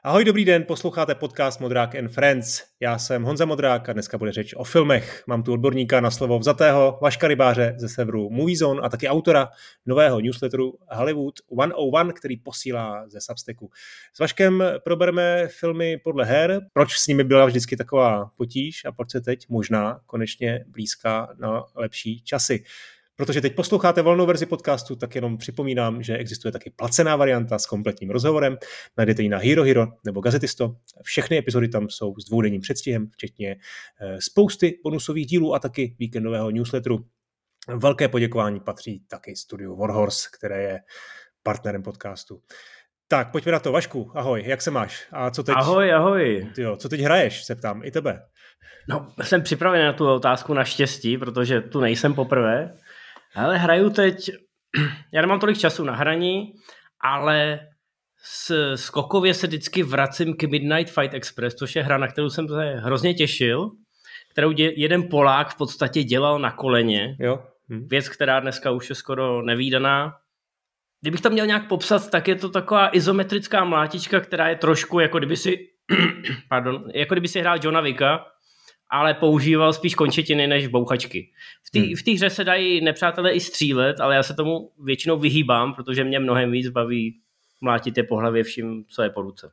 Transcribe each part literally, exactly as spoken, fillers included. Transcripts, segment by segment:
Ahoj, dobrý den, posloucháte podcast Modrák and Friends. Já jsem Honza Modrák a dneska bude řeč o filmech. Mám tu odborníka na slovo vzatého, Vaška Rybáře ze serveru Movie Zone a taky autora nového newsletteru Hollywood sto jedna, který posílá ze Substacku. S Vaškem probereme filmy podle her, proč s nimi byla vždycky taková potíž a proč se teď možná konečně blízká na lepší časy. Protože teď posloucháte volnou verzi podcastu, tak jenom připomínám, že existuje taky placená varianta s kompletním rozhovorem. Najdete ji na Hero Hero nebo Gazetisto. Všechny epizody tam jsou s dvoudenním předstihem, včetně spousty bonusových dílů a taky víkendového newsletteru. Velké poděkování patří taky studiu Warhorse, které je partnerem podcastu. Tak, pojďme na to. Vašku, ahoj, jak se máš? A co teď? Ahoj, ahoj. Tyjo, co teď hraješ, se ptám, i tebe. No, jsem připravený na tu otázku naštěstí, protože tu nejsem poprvé. Ale hraju teď, já nemám tolik času na hraní, ale s, skokově se vždycky vracím k Midnight Fight Express, což je hra, na kterou jsem se hrozně těšil, kterou dě, jeden Polák v podstatě dělal na koleně. Jo. Hm. Věc, která dneska už je skoro nevídaná. Kdybych to měl nějak popsat, tak je to taková izometrická mlátička, která je trošku, jako kdyby si, pardon, jako kdyby si hrál Johna Wicka, ale používal spíš končetiny než bouchačky. V té hmm. v té hře se dají nepřátelé i střílet, ale já se tomu většinou vyhýbám, protože mě mnohem víc baví mlátit je po hlavě vším, co je po ruce.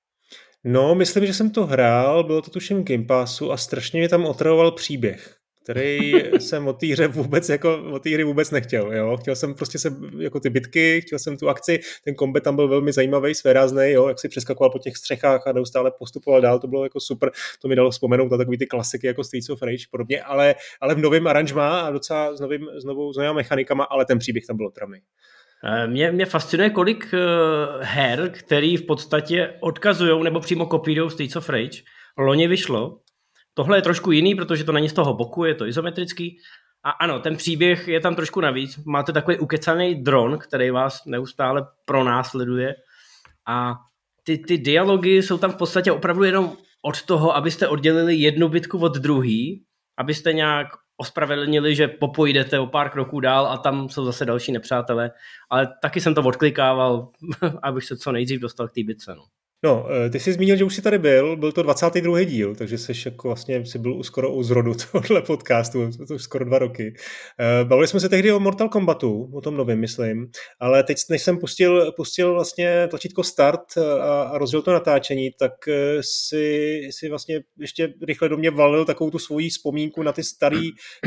No, myslím, že jsem to hrál, bylo to tuším v Game Passu a strašně mě tam otravoval příběh, který jsem od té hře vůbec, jako od té hry vůbec nechtěl, jo. Chtěl jsem prostě se, jako ty bitky, chtěl jsem tu akci, ten kombat tam byl velmi zajímavý, svéráznej, jo, jak si přeskakoval po těch střechách a neustále postupoval dál, to bylo jako super, to mi dalo vzpomenout na takový ty klasiky jako Streets of Rage podobně, ale, ale v novém aranžmá a docela s, novým, s novou, s novými mechanikama, ale ten příběh tam byl otravný. Mě, mě fascinuje, kolik uh, her, který v podstatě odkazujou nebo přímo kopírujou Streets of Rage, loni vyšlo. Tohle je trošku jiný, protože to není z toho boku, je to izometrický. A ano, ten příběh je tam trošku navíc. Máte takový ukecaný dron, který vás neustále pronásleduje. A ty, ty dialogy jsou tam v podstatě opravdu jenom od toho, abyste oddělili jednu bitku od druhý, abyste nějak ospravedlnili, že popojdete o pár kroků dál a tam jsou zase další nepřátelé. Ale taky jsem to odklikával, abych se co nejdřív dostal k té bitce. No. No, ty jsi zmínil, že už jsi tady byl, byl to dvacátý druhý díl, takže jsi jako vlastně jsi byl skoro u zrodu tohohle podcastu, to už skoro dva roky. Bavili jsme se tehdy o Mortal Kombatu, o tom novém, myslím, ale teď, než jsem pustil, pustil vlastně tlačítko start a, a rozdělil to natáčení, tak si, si vlastně ještě rychle do mě valil takovou tu svoji vzpomínku na ty starý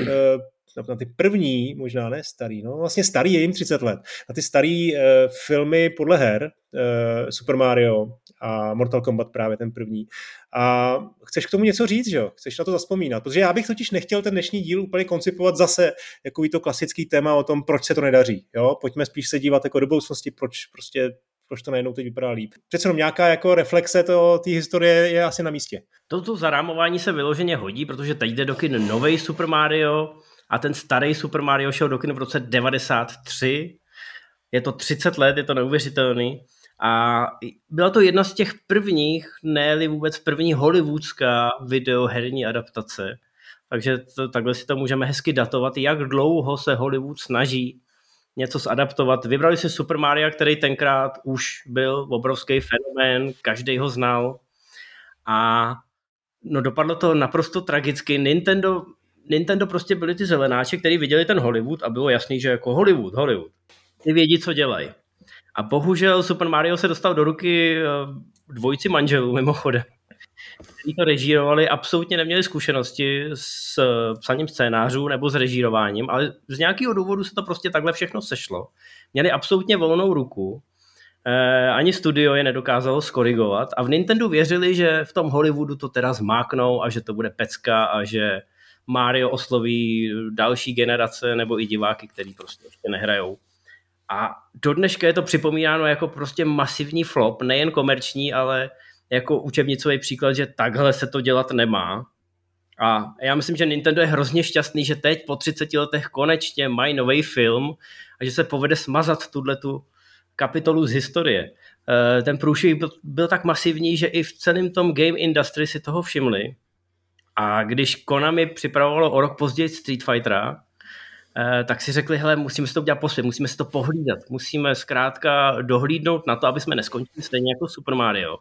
na ty první, možná ne starý, no vlastně starý je jim třicet let, na ty starý uh, filmy podle her, uh, Super Mario a Mortal Kombat právě ten první. A chceš k tomu něco říct, že jo? Chceš na to zazpomínat? Protože já bych totiž nechtěl ten dnešní díl úplně koncipovat zase jako to klasický téma o tom, proč se to nedaří, jo? Pojďme spíš se dívat jako do budoucnosti, proč prostě proč to najednou teď vypadá líp. Přece jenom nějaká jako reflexe té historie je asi na místě. Toto zarámování se vyloženě hodí, protože teď jde do kin novej Super Mario a ten starý Super Mario šel do kina v roce devadesát tři. Je to třicet let, je to neuvěřitelný. A byla to jedna z těch prvních, ne-li vůbec první hollywoodská videoherní adaptace. Takže to, takhle si to můžeme hezky datovat, jak dlouho se Hollywood snaží něco zadaptovat. Vybrali si Super Mario, který tenkrát už byl obrovský fenomén, každý ho znal. A no dopadlo to naprosto tragicky. Nintendo Nintendo prostě byli ty zelenáči, kteří viděli ten Hollywood a bylo jasný, že jako Hollywood, Hollywood. Ty vědí, co dělají. A bohužel Super Mario se dostal do ruky dvojici manželů, mimochodem, kteří to režírovali, absolutně neměli zkušenosti s psaním scénářů nebo s režírováním, ale z nějakého důvodu se to prostě takhle všechno sešlo. Měli absolutně volnou ruku, eh, ani studio je nedokázalo skorigovat a v Nintendo věřili, že v tom Hollywoodu to teda zmáknou a že to bude pecka a že Mario osloví další generace nebo i diváky, který prostě ještě nehrajou. A do dneška je to připomínáno jako prostě masivní flop, nejen komerční, ale jako učebnicový příklad, že takhle se to dělat nemá. A já myslím, že Nintendo je hrozně šťastný, že teď po třiceti letech konečně mají nový film a že se povede smazat tuhletu kapitolu z historie. Ten průšvih byl, byl tak masivní, že i v celém tom game industry si toho všimli. A když Konami připravovalo o rok později Street Fightera, tak si řekli, hele, musíme si to udělat po svém, musíme si to pohlídat, musíme zkrátka dohlídnout na to, aby jsme neskončili stejně jako Super Mario.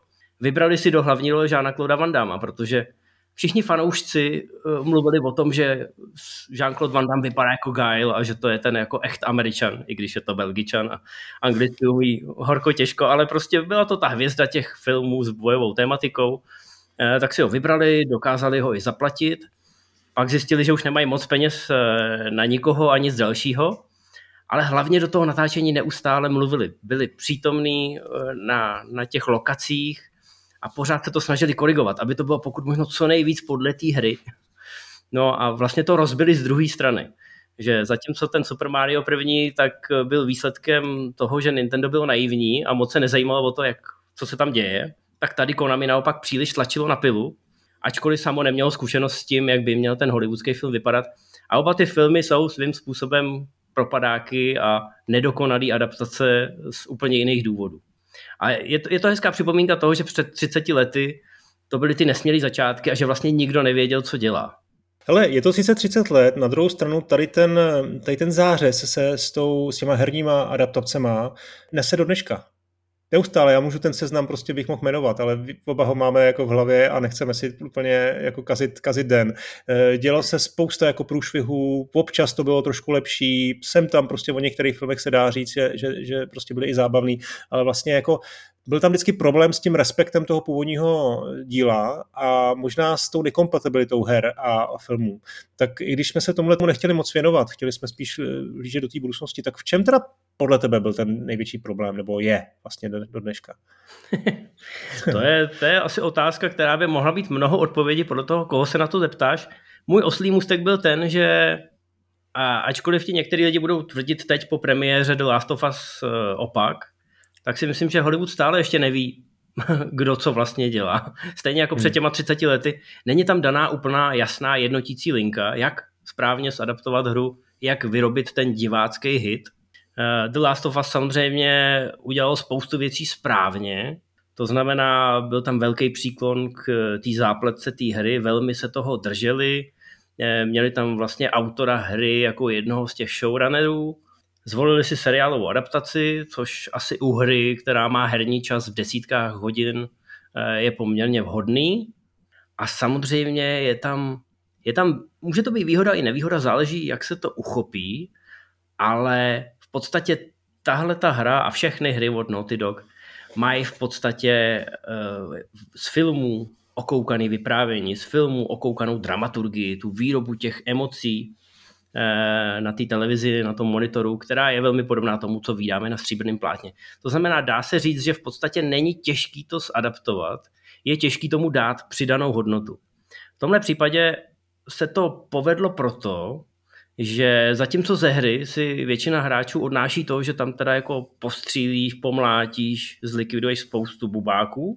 vybrali si do hlavní role Jeana-Clauda Van Damme, protože všichni fanoušci mluvili o tom, že Jean-Claude Van Damme vypadá jako Guile a že to je ten jako echt Američan, i když je to Belgičan a anglicky umí horko těžko, ale prostě byla to ta hvězda těch filmů s bojovou tematikou, tak si ho vybrali, dokázali ho i zaplatit, pak zjistili, že už nemají moc peněz na nikoho ani z dalšího, ale hlavně do toho natáčení neustále mluvili, byli přítomní na, na těch lokacích, a pořád se to snažili korigovat, aby to bylo pokud možno co nejvíc podle té hry. No a vlastně to rozbili z druhé strany. Že zatímco ten Super Mario první, tak byl výsledkem toho, že Nintendo bylo naivní a moc se nezajímalo o to, jak, co se tam děje, tak tady Konami naopak příliš tlačilo na pilu, ačkoliv samo nemělo zkušenost s tím, jak by měl ten hollywoodský film vypadat. A oba ty filmy jsou svým způsobem propadáky a nedokonalý adaptace z úplně jiných důvodů. A je to, je to hezká připomínka toho, že před třiceti lety to byly ty nesmělý začátky a že vlastně nikdo nevěděl, co dělá. Hele, je to sice třicet let, na druhou stranu tady ten, tady ten zářez se s, tou, s těma herníma adaptacema nese do dneška. Neustále, já můžu ten seznam prostě bych mohl jmenovat, ale oba ho máme jako v hlavě a nechceme si úplně jako kazit, kazit den. Dělalo se spousta jako průšvihů, občas to bylo trošku lepší, sem tam prostě o některých filmech se dá říct, že, že, že prostě byly i zábavný, ale vlastně jako byl tam vždycky problém s tím respektem toho původního díla a možná s tou nekompatibilitou her a, a filmů. Tak i když jsme se tomuhle tomu nechtěli moc věnovat, chtěli jsme spíš blíže do té budoucnosti, tak v čem teda podle tebe byl ten největší problém, nebo je vlastně do, do dneška? to, je, to je asi otázka, která by mohla být mnoho odpovědí podle toho, koho se na to zeptáš. Můj oslý můstek byl ten, že a ačkoliv ti některý lidi budou tvrdit teď po premiéře The Last of Us opak, tak si myslím, že Hollywood stále ještě neví, kdo co vlastně dělá. Stejně jako před těma třiceti lety. Není tam daná úplná jasná jednotící linka, jak správně zadaptovat hru, jak vyrobit ten divácký hit. The Last of Us samozřejmě udělalo spoustu věcí správně, to znamená, byl tam velký příklon k té zápletce té hry, velmi se toho drželi, měli tam vlastně autora hry jako jednoho z těch showrunnerů, zvolili si seriálovou adaptaci, což asi u hry, která má herní čas v desítkách hodin, je poměrně vhodný. A samozřejmě je tam, je tam, může to být výhoda i nevýhoda, záleží, jak se to uchopí, ale v podstatě tahle ta hra a všechny hry od Naughty Dog mají v podstatě uh, z filmů okoukaný vyprávění, z filmů okoukanou dramaturgii, tu výrobu těch emocí uh, na té televizi, na tom monitoru, která je velmi podobná tomu, co vídáme na stříbrném plátně. To znamená, dá se říct, že v podstatě není těžký to zadaptovat, je těžký tomu dát přidanou hodnotu. V tomhle případě se to povedlo proto, že zatímco ze hry si většina hráčů odnáší to, že tam teda jako postřílíš, pomlátíš, zlikviduješ spoustu bubáků,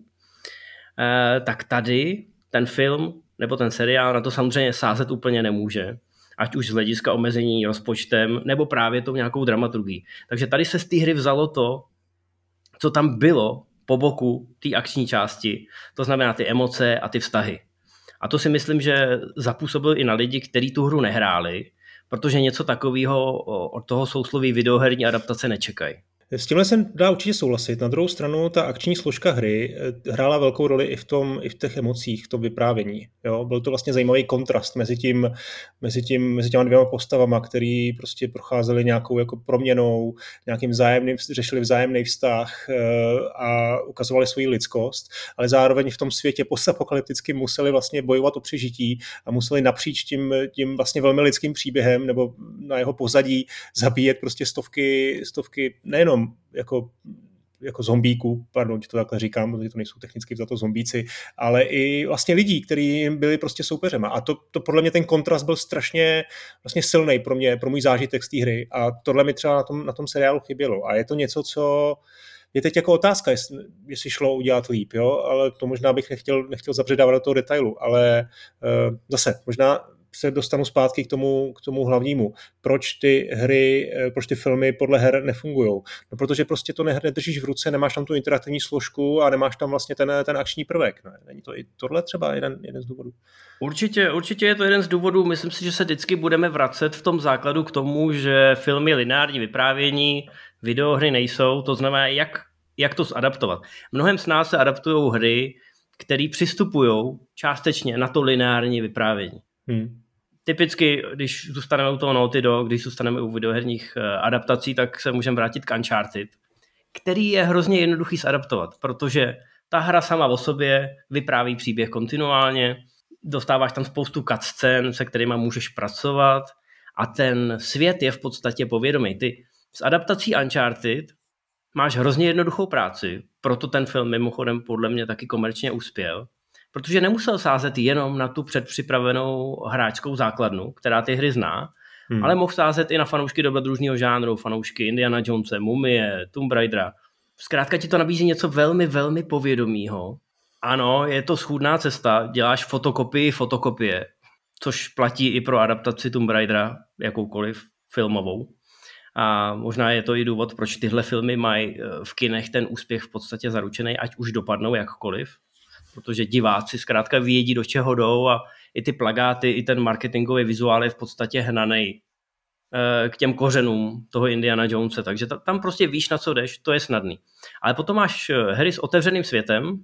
eh, tak tady ten film nebo ten seriál na to samozřejmě sázet úplně nemůže. Ať už z hlediska omezení rozpočtem, nebo právě tou nějakou dramaturgií. Takže tady se z té hry vzalo to, co tam bylo po boku té akční části, to znamená ty emoce a ty vztahy. A to si myslím, že zapůsobilo i na lidi, kteří tu hru nehráli, protože něco takového od toho sousloví videoherní adaptace nečekají. S tímhle se dá určitě souhlasit. Na druhou stranu ta akční složka hry hrála velkou roli i v, tom, i v těch emocích, v tom vyprávění. Jo? Byl to vlastně zajímavý kontrast mezi tím, mezi tím, mezi těma dvěma postavama, který prostě procházeli nějakou jako proměnou, nějakým vzájemným, řešili vzájemný vztah a ukazovali svoji lidskost, ale zároveň v tom světě postapokalypticky museli vlastně bojovat o přežití a museli napříč tím, tím vlastně velmi lidským příběhem nebo na jeho pozadí zabíjet prostě stovky, stovky nejenom jako, jako zombíků, pardon, že to takhle říkám, protože to nejsou technicky za to zombíci, ale i vlastně lidí, kteří byli prostě soupeřema. A to, to podle mě ten kontrast byl strašně vlastně silný pro mě, pro můj zážitek z té hry. A tohle mi třeba na tom, na tom seriálu chybělo. A je to něco, co je teď jako otázka, jestli, jestli šlo udělat líp, jo? Ale to možná bych nechtěl, nechtěl zabředávat do toho detailu, ale uh, zase, možná se dostanu zpátky k tomu, k tomu hlavnímu. Proč ty hry, proč ty filmy podle her nefungujou? No, protože prostě to nedržíš v ruce, nemáš tam tu interaktivní složku a nemáš tam vlastně ten, ten akční prvek. No, není to i tohle třeba jeden, jeden z důvodů? Určitě, určitě je to jeden z důvodů. Myslím si, že se vždycky budeme vracet v tom základu k tomu, že filmy lineární vyprávění, videohry nejsou. To znamená, jak jak to zadaptovat. Mnohem s nás se adaptují hry, které přistupují částečně na to lineární vyprávění. Hmm. Typicky, když zůstaneme u toho Naughty Dog, když zůstaneme u videoherních adaptací, tak se můžeme vrátit k Uncharted, který je hrozně jednoduchý zadaptovat, protože ta hra sama o sobě vypráví příběh kontinuálně, dostáváš tam spoustu cutscén, se kterými můžeš pracovat a ten svět je v podstatě povědomý. Ty s adaptací Uncharted máš hrozně jednoduchou práci, proto ten film mimochodem podle mě taky komerčně uspěl, protože nemusel sázet jenom na tu předpřipravenou hráčskou základnu, která ty hry zná, hmm. ale mohl sázet i na fanoušky dobrodružného žánru, fanoušky Indiana Jonese, Mumie, Tomb Raidera. Zkrátka ti to nabízí něco velmi, velmi povědomího. Ano, je to schůdná cesta, děláš fotokopii fotokopie, což platí i pro adaptaci Tomb Raidera, jakoukoliv filmovou. A možná je to i důvod, proč tyhle filmy mají v kinech ten úspěch v podstatě zaručený, ať už dopadnou jakkoliv, protože diváci zkrátka vědí, do čeho jdou a i ty plakáty, i ten marketingový vizuál je v podstatě hnanej k těm kořenům toho Indiana Jonese, takže tam prostě víš, na co jdeš, to je snadný. Ale potom máš hry s otevřeným světem,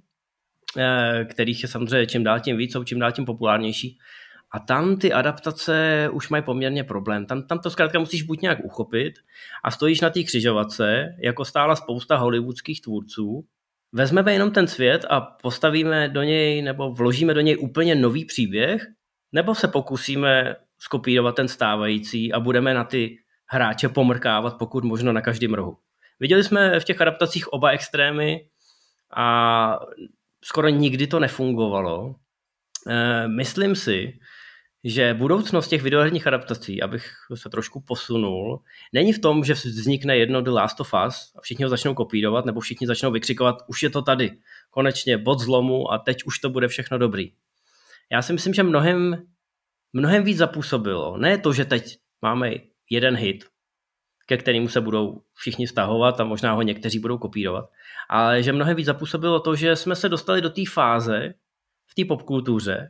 kterých je samozřejmě čím dál tím víc, jsou čím dál tím populárnější. A tam ty adaptace už mají poměrně problém. Tam, tam to zkrátka musíš buď nějak uchopit a stojíš na té křižovatce, jako stála spousta hollywoodských tvůrců. Vezmeme jenom ten svět a postavíme do něj nebo vložíme do něj úplně nový příběh, nebo se pokusíme skopírovat ten stávající a budeme na ty hráče pomrkávat pokud možno na každém rohu. Viděli jsme v těch adaptacích oba extrémy a skoro nikdy to nefungovalo. E, myslím si, že budoucnost těch videoherních adaptací, abych se trošku posunul, není v tom, že vznikne jedno The Last of Us a všichni ho začnou kopírovat, nebo všichni začnou vykřikovat, už je to tady, konečně bod zlomu a teď už to bude všechno dobrý. Já si myslím, že mnohem, mnohem víc zapůsobilo. Ne to, že teď máme jeden hit, ke kterému se budou všichni stahovat a možná ho někteří budou kopírovat, ale že mnohem víc zapůsobilo to, že jsme se dostali do té fáze v té popkultuře,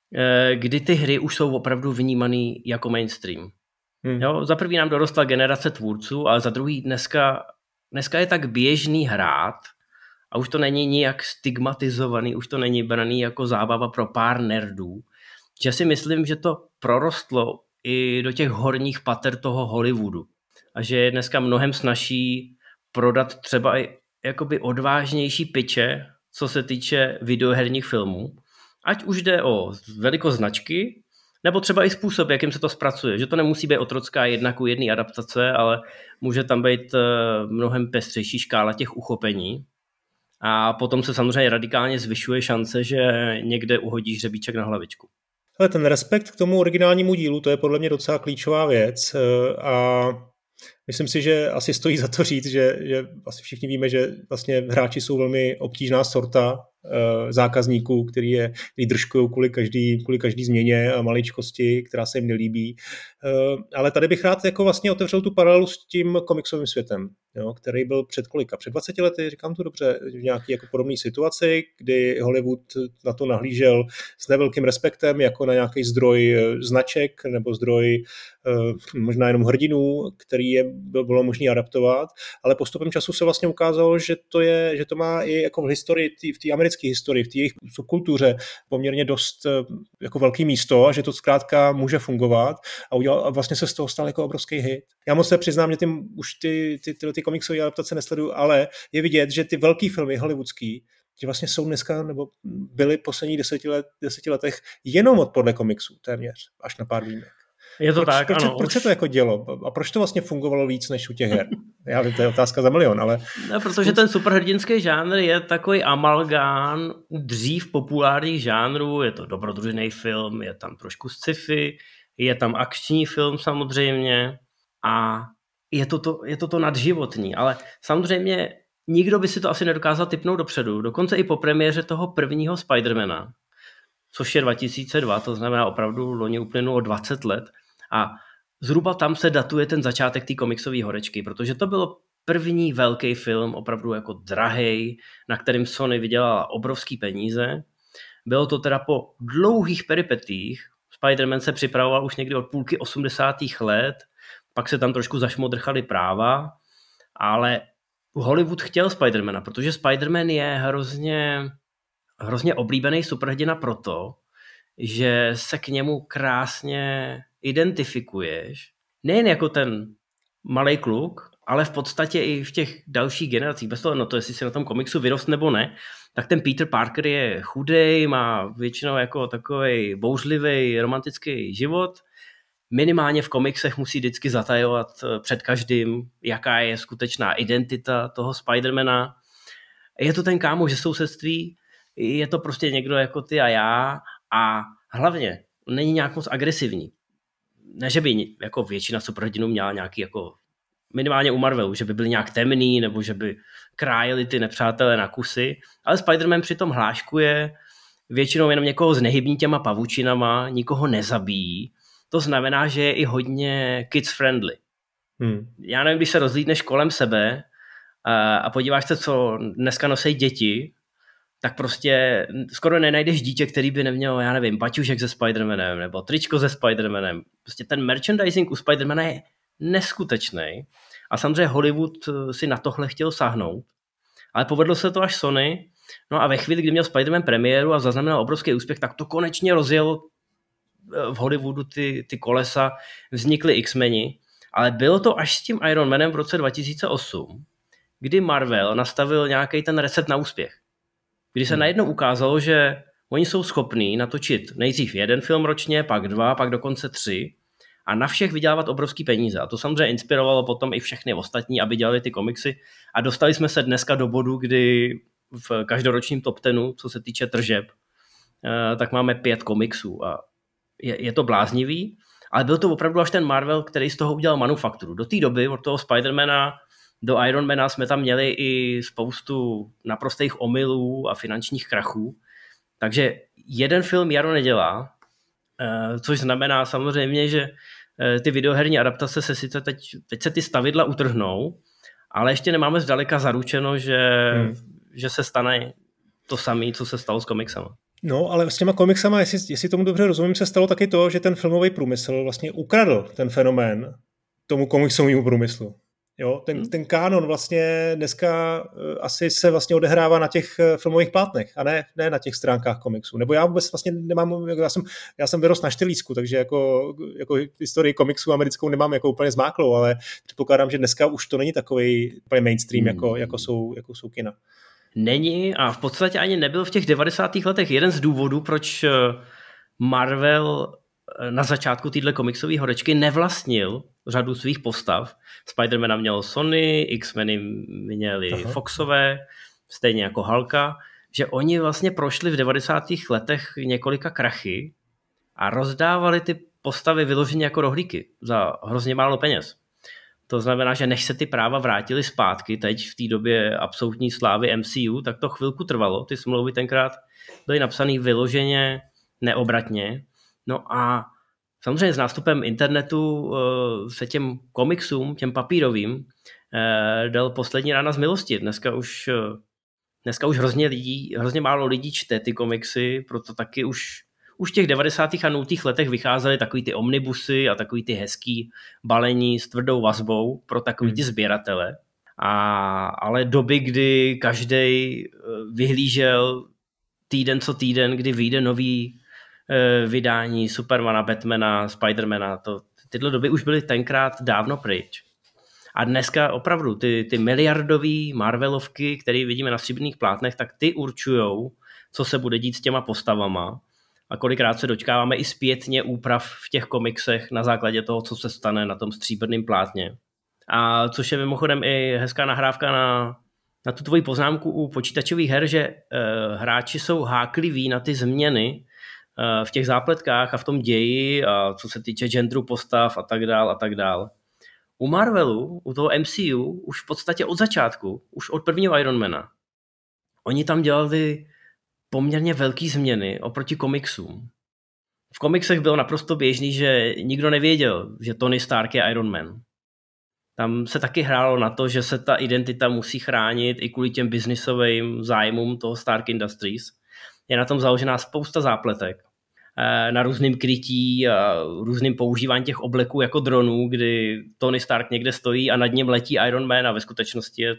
kdy ty hry už jsou opravdu vnímaný jako mainstream. Hmm. Jo, za prvý nám dorostla generace tvůrců, ale za druhý dneska, dneska je tak běžný hrát a už to není nijak stigmatizovaný, už to není braný jako zábava pro pár nerdů, že si myslím, že to prorostlo i do těch horních pater toho Hollywoodu a že je dneska mnohem snazší prodat třeba i jakoby odvážnější pitche, co se týče videoherních filmů, ať už jde o velikost značky, nebo třeba i způsob, jakým se to zpracuje. Že to nemusí být otrocká jedna ku jedné adaptace, ale může tam být mnohem pestřejší škála těch uchopení. A potom se samozřejmě radikálně zvyšuje šance, že někde uhodíš hřebíček na hlavičku. Ale ten respekt k tomu originálnímu dílu, to je podle mě docela klíčová věc a myslím si, že asi stojí za to říct, že, že asi všichni víme, že vlastně hráči jsou velmi obtížná sorta zákazníků, který je který držkují kvůli každý, kvůli každý změně a maličkosti, která se jim nelíbí. Ale tady bych rád jako vlastně otevřel tu paralelu s tím komiksovým světem, jo, který byl před kolika? Před dvaceti lety, říkám to dobře, v nějaké jako podobné situaci, kdy Hollywood na to nahlížel s nevelkým respektem jako na nějaký zdroj značek nebo zdroj možná jenom hrdinů, který je bylo možné adaptovat, ale postupem času se vlastně ukázalo, že to je, že to má i jako v historii, v té americké historii, v té jejich subkultuře poměrně dost jako velký místo a že to zkrátka může fungovat a, udělal, a vlastně se z toho stal jako obrovský hit. Já moc se přiznám, že tím už ty, ty, ty, ty komiksové adaptace nesleduju, ale je vidět, že ty velký filmy hollywoodský, že vlastně jsou dneska, nebo byly v posledních deseti, let, deseti letech jenom od podle komiksů téměř, až na pár výjimek. Je to proč, tak, proč, ano. Proč se to jako dělo? A proč to vlastně fungovalo víc než u těch her? Já vím, to je otázka za milion, ale... No, protože ten superhrdinský žánr je takový amalgán dřív populárních žánrů, je to dobrodružný film, je tam trošku sci-fi, je tam akční film samozřejmě a je to to, je to, to nadživotní, ale samozřejmě nikdo by si to asi nedokázal tipnout dopředu, dokonce i po premiéře toho prvního Spidermana, což je dva tisíce dva, to znamená opravdu loni uplynulo dvacet let a zhruba tam se datuje ten začátek té komiksové horečky, protože to bylo první velký film, opravdu jako drahej, na kterým Sony vydělala obrovský peníze. Bylo to teda po dlouhých peripetích, Spider-Man se připravoval už někdy od půlky osmdesátých let, pak se tam trošku zašmodrchaly práva, ale Hollywood chtěl Spidermana, protože Spiderman je hrozně, hrozně oblíbený superhrdina proto, že se k němu krásně identifikuješ. Nejen jako ten malej kluk, ale v podstatě i v těch dalších generacích. Bez toho, no to jestli si na tom komiksu vyrost nebo ne, tak ten Peter Parker je chudej, má většinou jako takovej bouřlivý romantický život. Minimálně v komiksech musí vždycky zatajovat před každým, jaká je skutečná identita toho Spidermana. Je to ten kámoš ze sousedství, je to prostě někdo jako ty a já a hlavně není nějak moc agresivní. Ne, že by jako většina superhrdinů měla nějaký jako minimálně u Marvelu, že by byli nějak temný nebo že by krájeli ty nepřátelé na kusy, ale Spider-Man přitom hláškuje většinou jenom někoho znehybní těma pavučinama, nikoho nezabíjí. To znamená, že je i hodně kids friendly. Hmm. Já nevím, když se rozlídneš kolem sebe a, a podíváš se, co dneska nosí děti, tak prostě skoro nenajdeš dítě, který by nemělo, já nevím, baťušek se Spider-Manem nebo tričko se Spider-Manem. Prostě ten merchandising u Spider-Mana je neskutečný. A samozřejmě Hollywood si na tohle chtěl sáhnout. Ale povedlo se to až Sony. No a ve chvíli, kdy měl Spider-Man premiéru a zaznamenal obrovský úspěch, tak to konečně rozjelo v Hollywoodu ty, ty kolesa, vznikly X-meni. Ale bylo to až s tím Iron Manem v roce dva tisíce osm, kdy Marvel nastavil nějaký ten recept na úspěch. Kdy se hmm. najednou ukázalo, že oni jsou schopní natočit nejdřív jeden film ročně, pak dva, pak dokonce tři a na všech vydělávat obrovský peníze. A to samozřejmě inspirovalo potom i všechny ostatní, aby dělali ty komiksy. A dostali jsme se dneska do bodu, kdy v každoročním top tenu, co se týče tržeb, tak máme pět komiksů. A je, je to bláznivý, ale byl to opravdu až ten Marvel, který z toho udělal manufakturu. Do té doby, od toho Spidermana do Ironmana jsme tam měli i spoustu naprostých omylů a finančních krachů. Takže jeden film jaro nedělá, což znamená samozřejmě, že ty videoherní adaptace se sice teď, teď se ty stavidla utrhnou, ale ještě nemáme zdaleka zaručeno, že, hmm. že se stane to samé, co se stalo s komiksama. No, ale s těma komiksama, jestli, jestli tomu dobře rozumím, se stalo taky to, že ten filmový průmysl vlastně ukradl ten fenomén tomu komiksovému průmyslu. Jo, ten, ten kánon vlastně dneska asi se vlastně odehrává na těch filmových plátnech a ne, ne na těch stránkách komiksů. Nebo já vůbec vlastně nemám, já jsem, já jsem vyrost na Štylísku, takže jako, jako historii komiksů americkou nemám jako úplně zmáklou, ale předpokládám, že dneska už to není takový úplně mainstream, hmm. jako, jako, jsou, jako jsou kina. Není a v podstatě ani nebyl v těch devadesátých letech. Jeden z důvodů, proč Marvel na začátku téhle komiksové horečky nevlastnil řadu svých postav. Spidermana mělo Sony, X-meny měli Aha. Foxové, stejně jako Hulka, že oni vlastně prošli v devadesátých letech několika krachy a rozdávali ty postavy vyloženě jako rohlíky za hrozně málo peněz. To znamená, že než se ty práva vrátily zpátky, teď v té době absolutní slávy M C U, tak to chvilku trvalo. Ty smlouvy tenkrát byly napsané vyloženě neobratně. No a samozřejmě s nástupem internetu se těm komiksům, těm papírovým, dal poslední rána z milosti. Dneska už, dneska už hrozně, lidí, hrozně málo lidí čte ty komiksy, proto taky už, už v těch devadesátých a nultých letech vycházely takový ty omnibusy a takový ty hezký balení s tvrdou vazbou pro takový ty sběratele. A, ale doby, kdy každej vyhlížel týden co týden, kdy vyjde nový vydání Supermana, Batmana, Spidermana, to, tyhle doby už byly tenkrát dávno pryč. A dneska opravdu ty, ty miliardové Marvelovky, které vidíme na stříbrných plátnech, tak ty určujou, co se bude dít s těma postavama a kolikrát se dočkáváme i zpětně úprav v těch komiksech na základě toho, co se stane na tom stříbrném plátně. A což je mimochodem i hezká nahrávka na, na tu tvoji poznámku u počítačových her, že uh, hráči jsou hákliví na ty změny v těch zápletkách a v tom ději a co se týče genderu postav a tak dál a tak dál. U Marvelu, u toho M C U, už v podstatě od začátku, už od prvního Ironmana, oni tam dělali poměrně velké změny oproti komiksům. V komiksech bylo naprosto běžný, že nikdo nevěděl, že Tony Stark je Iron Man. Tam se taky hrálo na to, že se ta identita musí chránit i kvůli těm biznisovým zájmům toho Stark Industries. Je na tom založená spousta zápletek na různým krytí a různým používání těch obleků jako dronů, kdy Tony Stark někde stojí a nad ním letí Iron Man a ve skutečnosti je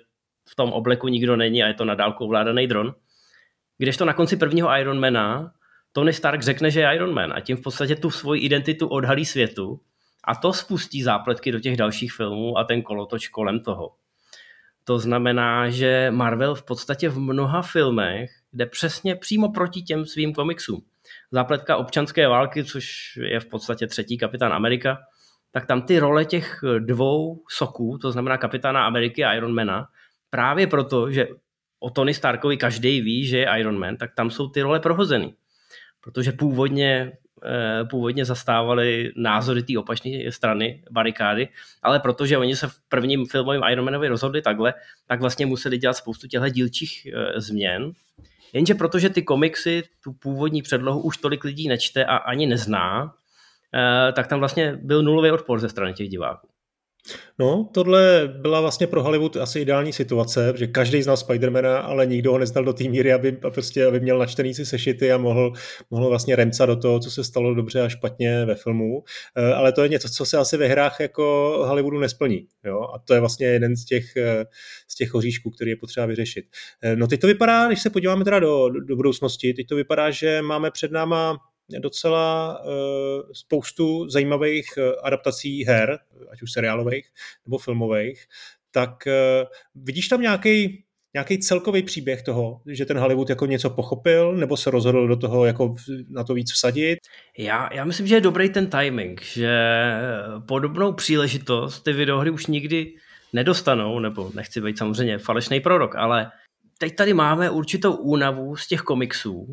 v tom obleku nikdo není a je to na dálku ovládaný dron. Kdežto na konci prvního Ironmana Tony Stark řekne, že je Iron Man a tím v podstatě tu svoji identitu odhalí světu a to spustí zápletky do těch dalších filmů a ten kolotoč kolem toho. To znamená, že Marvel v podstatě v mnoha filmech jde přesně přímo proti těm svým komiksům. Zápletka občanské války, což je v podstatě třetí Kapitán Amerika, tak tam ty role těch dvou soků, to znamená Kapitána Ameriky a Ironmana, právě proto, že o Tony Starkovi každý ví, že je Iron Man, tak tam jsou ty role prohozený. Protože původně, původně zastávali názory té opačné strany barikády, ale protože oni se v prvním filmovém Iron Manovi rozhodli takhle, tak vlastně museli dělat spoustu těchto dílčích změn. Jenže protože ty komiksy, tu původní předlohu už tolik lidí nečte a ani nezná, tak tam vlastně byl nulový odpor ze strany těch diváků. No, tohle byla vlastně pro Hollywood asi ideální situace, že každý znal Spidermana, ale nikdo ho neznal do té míry, aby, prostě, aby měl načtený si sešity a mohl, mohl vlastně remcat do toho, co se stalo dobře a špatně ve filmu. Ale to je něco, co se asi ve hrách jako Hollywoodu nesplní. Jo? A to je vlastně jeden z těch, z těch oříšků, který je potřeba vyřešit. No teď to vypadá, když se podíváme teda do, do budoucnosti, teď to vypadá, že máme před náma docela uh, spoustu zajímavých uh, adaptací her, ať už seriálových nebo filmových, tak uh, vidíš tam nějaký nějaký celkový příběh toho, že ten Hollywood jako něco pochopil, nebo se rozhodl do toho jako na to víc vsadit? Já, já myslím, že je dobrý ten timing, že podobnou příležitost ty videohry už nikdy nedostanou, nebo nechci být samozřejmě falešný prorok, ale teď tady máme určitou únavu z těch komiksů,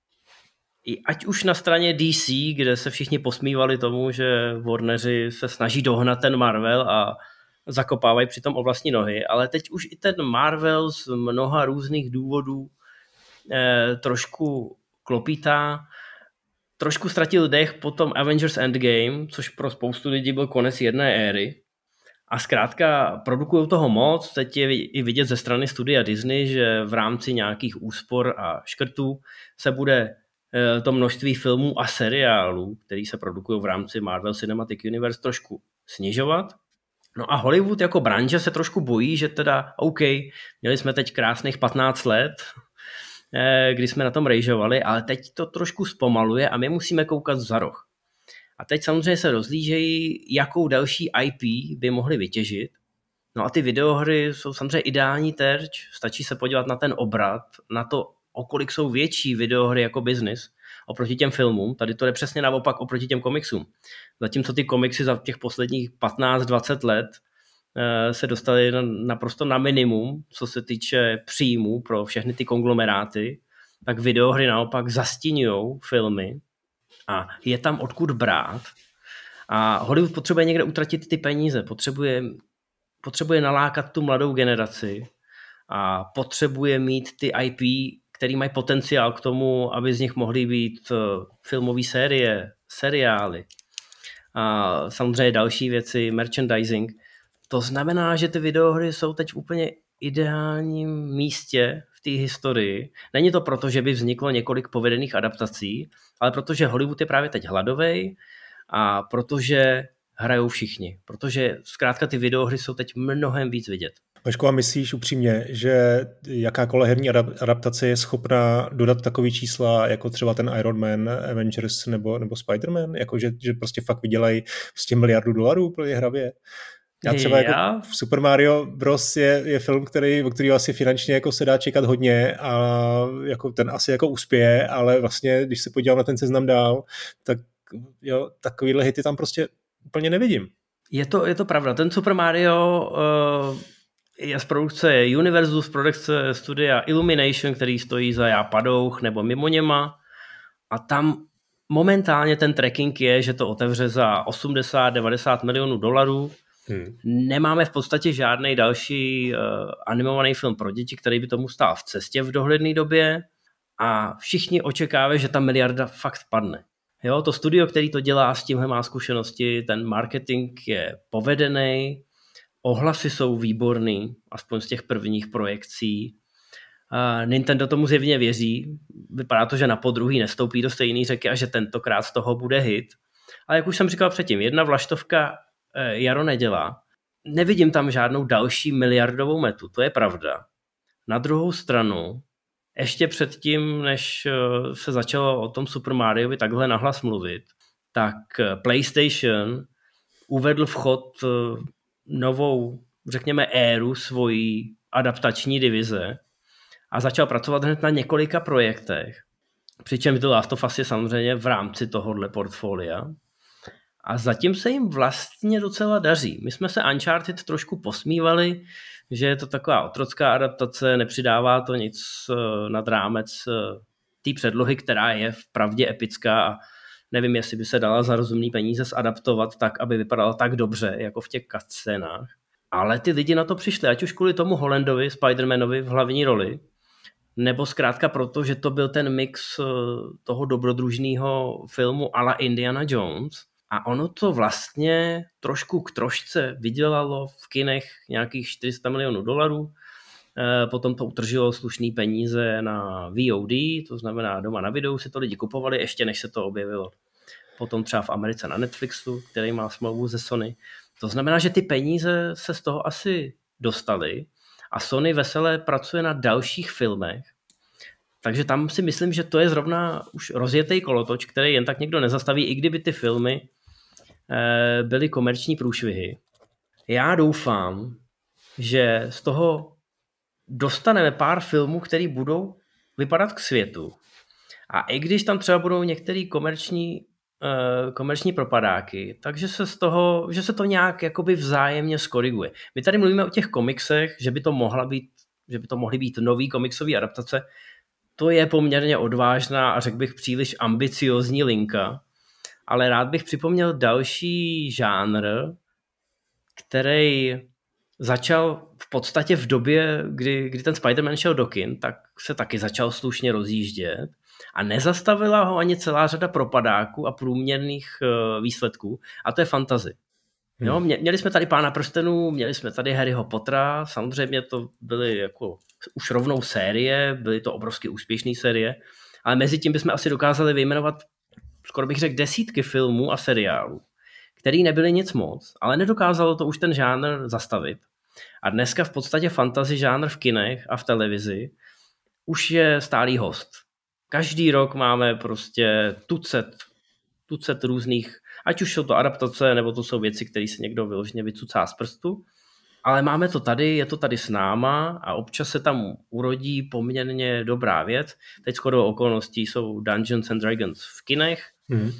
i ať už na straně D C, kde se všichni posmívali tomu, že Warneri se snaží dohnat ten Marvel a zakopávají přitom o vlastní nohy, ale teď už i ten Marvel z mnoha různých důvodů eh, trošku klopítá, trošku ztratil dech po tom Avengers Endgame, což pro spoustu lidí byl konec jedné éry. A zkrátka produkují toho moc, teď je i vidět ze strany studia Disney, že v rámci nějakých úspor a škrtů se bude to množství filmů a seriálů, který se produkují v rámci Marvel Cinematic Universe, trošku snižovat. No a Hollywood jako branže se trošku bojí, že teda OK, měli jsme teď krásných patnáct let, kdy jsme na tom rejžovali, ale teď to trošku zpomaluje a my musíme koukat za roh. A teď samozřejmě se rozlížejí, jakou další I P by mohli vytěžit. No a ty videohry jsou samozřejmě ideální terč, stačí se podívat na ten obrat, na to, o kolik jsou větší videohry jako business oproti těm filmům. Tady to je přesně naopak oproti těm komiksům. Zatímco ty komiksy za těch posledních patnáct dvacet let se dostaly naprosto na minimum, co se týče příjmů pro všechny ty konglomeráty, tak videohry naopak zastíňují filmy a je tam odkud brát. A Hollywood potřebuje někde utratit ty peníze, potřebuje, potřebuje nalákat tu mladou generaci a potřebuje mít ty I P, který mají potenciál k tomu, aby z nich mohly být filmové série, seriály a samozřejmě další věci, merchandising. To znamená, že ty videohry jsou teď v úplně ideálním místě v té historii. Není to proto, že by vzniklo několik povedených adaptací, ale protože Hollywood je právě teď hladovej a protože hrajou všichni. Protože zkrátka ty videohry jsou teď mnohem víc vidět. Vašku, a myslíš upřímně, že jakákoliv herní adaptace je schopná dodat takový čísla, jako třeba ten Iron Man, Avengers nebo, nebo Spider-Man? Jako, že, že prostě fakt vydělají prostě miliardu dolarů úplně hravě? Já třeba Já? jako v Super Mario Bros. je, je film, který, o kterého asi finančně jako se dá čekat hodně a jako ten asi jako uspěje, ale vlastně, když se podívám na ten seznam dál, tak jo, takovýhle hity tam prostě úplně nevidím. Je to, je to pravda. Ten Super Mario uh, je z produkce Univerzu, z produkce studia Illumination, který stojí za Já padouch nebo mimo něma. A tam momentálně ten tracking je, že to otevře za osmdesát devadesát milionů dolarů. Hmm. Nemáme v podstatě žádný další uh, animovaný film pro děti, který by tomu stál v cestě v dohledné době. A všichni očekávají, že ta miliarda fakt padne. Jo, to studio, který to dělá, s tímhle má zkušenosti, ten marketing je povedený, ohlasy jsou výborný, aspoň z těch prvních projekcí. Uh, Nintendo tomu zjevně věří, vypadá to, že na podruhý nestoupí do stejné řeky a že tentokrát z toho bude hit. Ale jak už jsem říkal předtím, jedna vlaštovka uh, jaro nedělá nevidím tam žádnou další miliardovou metu, to je pravda. Na druhou stranu, ještě předtím, než se začalo o tom Super Mariovi takhle nahlas mluvit, tak PlayStation uvedl v chod novou, řekněme, éru svojí adaptační divize a začal pracovat hned na několika projektech. Přičemž The Last of Us je samozřejmě v rámci tohohle portfolia. A zatím se jim vlastně docela daří. My jsme se Uncharted trošku posmívali, že je to taková otrocká adaptace, nepřidává to nic nad rámec té předlohy, která je vpravdě epická a nevím, jestli by se dala za rozumný peníze zadaptovat tak, aby vypadala tak dobře, jako v těch cutscénách. Ale ty lidi na to přišli, ať už kvůli tomu Hollandovi, Spider-Manovi v hlavní roli, nebo zkrátka proto, že to byl ten mix toho dobrodružného filmu a la Indiana Jones. A ono to vlastně trošku k trošce vydělalo v kinech nějakých čtyři sta milionů dolarů. Potom to utržilo slušný peníze na V O D, to znamená doma na videu si to lidi kupovali, ještě než se to objevilo potom třeba v Americe na Netflixu, který má smlouvu ze Sony. To znamená, že ty peníze se z toho asi dostaly a Sony veselé pracuje na dalších filmech. Takže tam si myslím, že to je zrovna už rozjetý kolotoč, který jen tak někdo nezastaví, i kdyby ty filmy byly komerční průšvihy. Já doufám, že z toho dostaneme pár filmů, které budou vypadat k světu. A i když tam třeba budou některé komerční, uh, komerční propadáky, takže se z toho, že se to nějak jakoby vzájemně skoriguje. My tady mluvíme o těch komiksech, že by to mohla být, že by to mohly být nový komiksové adaptace. To je poměrně odvážná a řekl bych příliš ambiciozní linka. Ale rád bych připomněl další žánr, který začal v podstatě v době, kdy, kdy ten Spider-Man šel do kin, tak se taky začal slušně rozjíždět a nezastavila ho ani celá řada propadáků a průměrných uh, výsledků, a to je fantasy. Hmm. Jo, mě, měli jsme tady Pána prstenů, měli jsme tady Harryho Pottera, samozřejmě to byly jako už rovnou série, byly to obrovsky úspěšné série, ale mezi tím bychom asi dokázali vyjmenovat skoro bych řekl desítky filmů a seriálů, který nebyly nic moc, ale nedokázalo to už ten žánr zastavit. A dneska v podstatě fantasy žánr v kinech a v televizi už je stálý host. Každý rok máme prostě tucet, tucet různých, ať už jsou to adaptace, nebo to jsou věci, které se někdo vyloženě vycucá z prstu, ale máme to tady, je to tady s náma a občas se tam urodí poměrně dobrá věc. Teď shodou okolností jsou Dungeons and Dragons v kinech. Mm.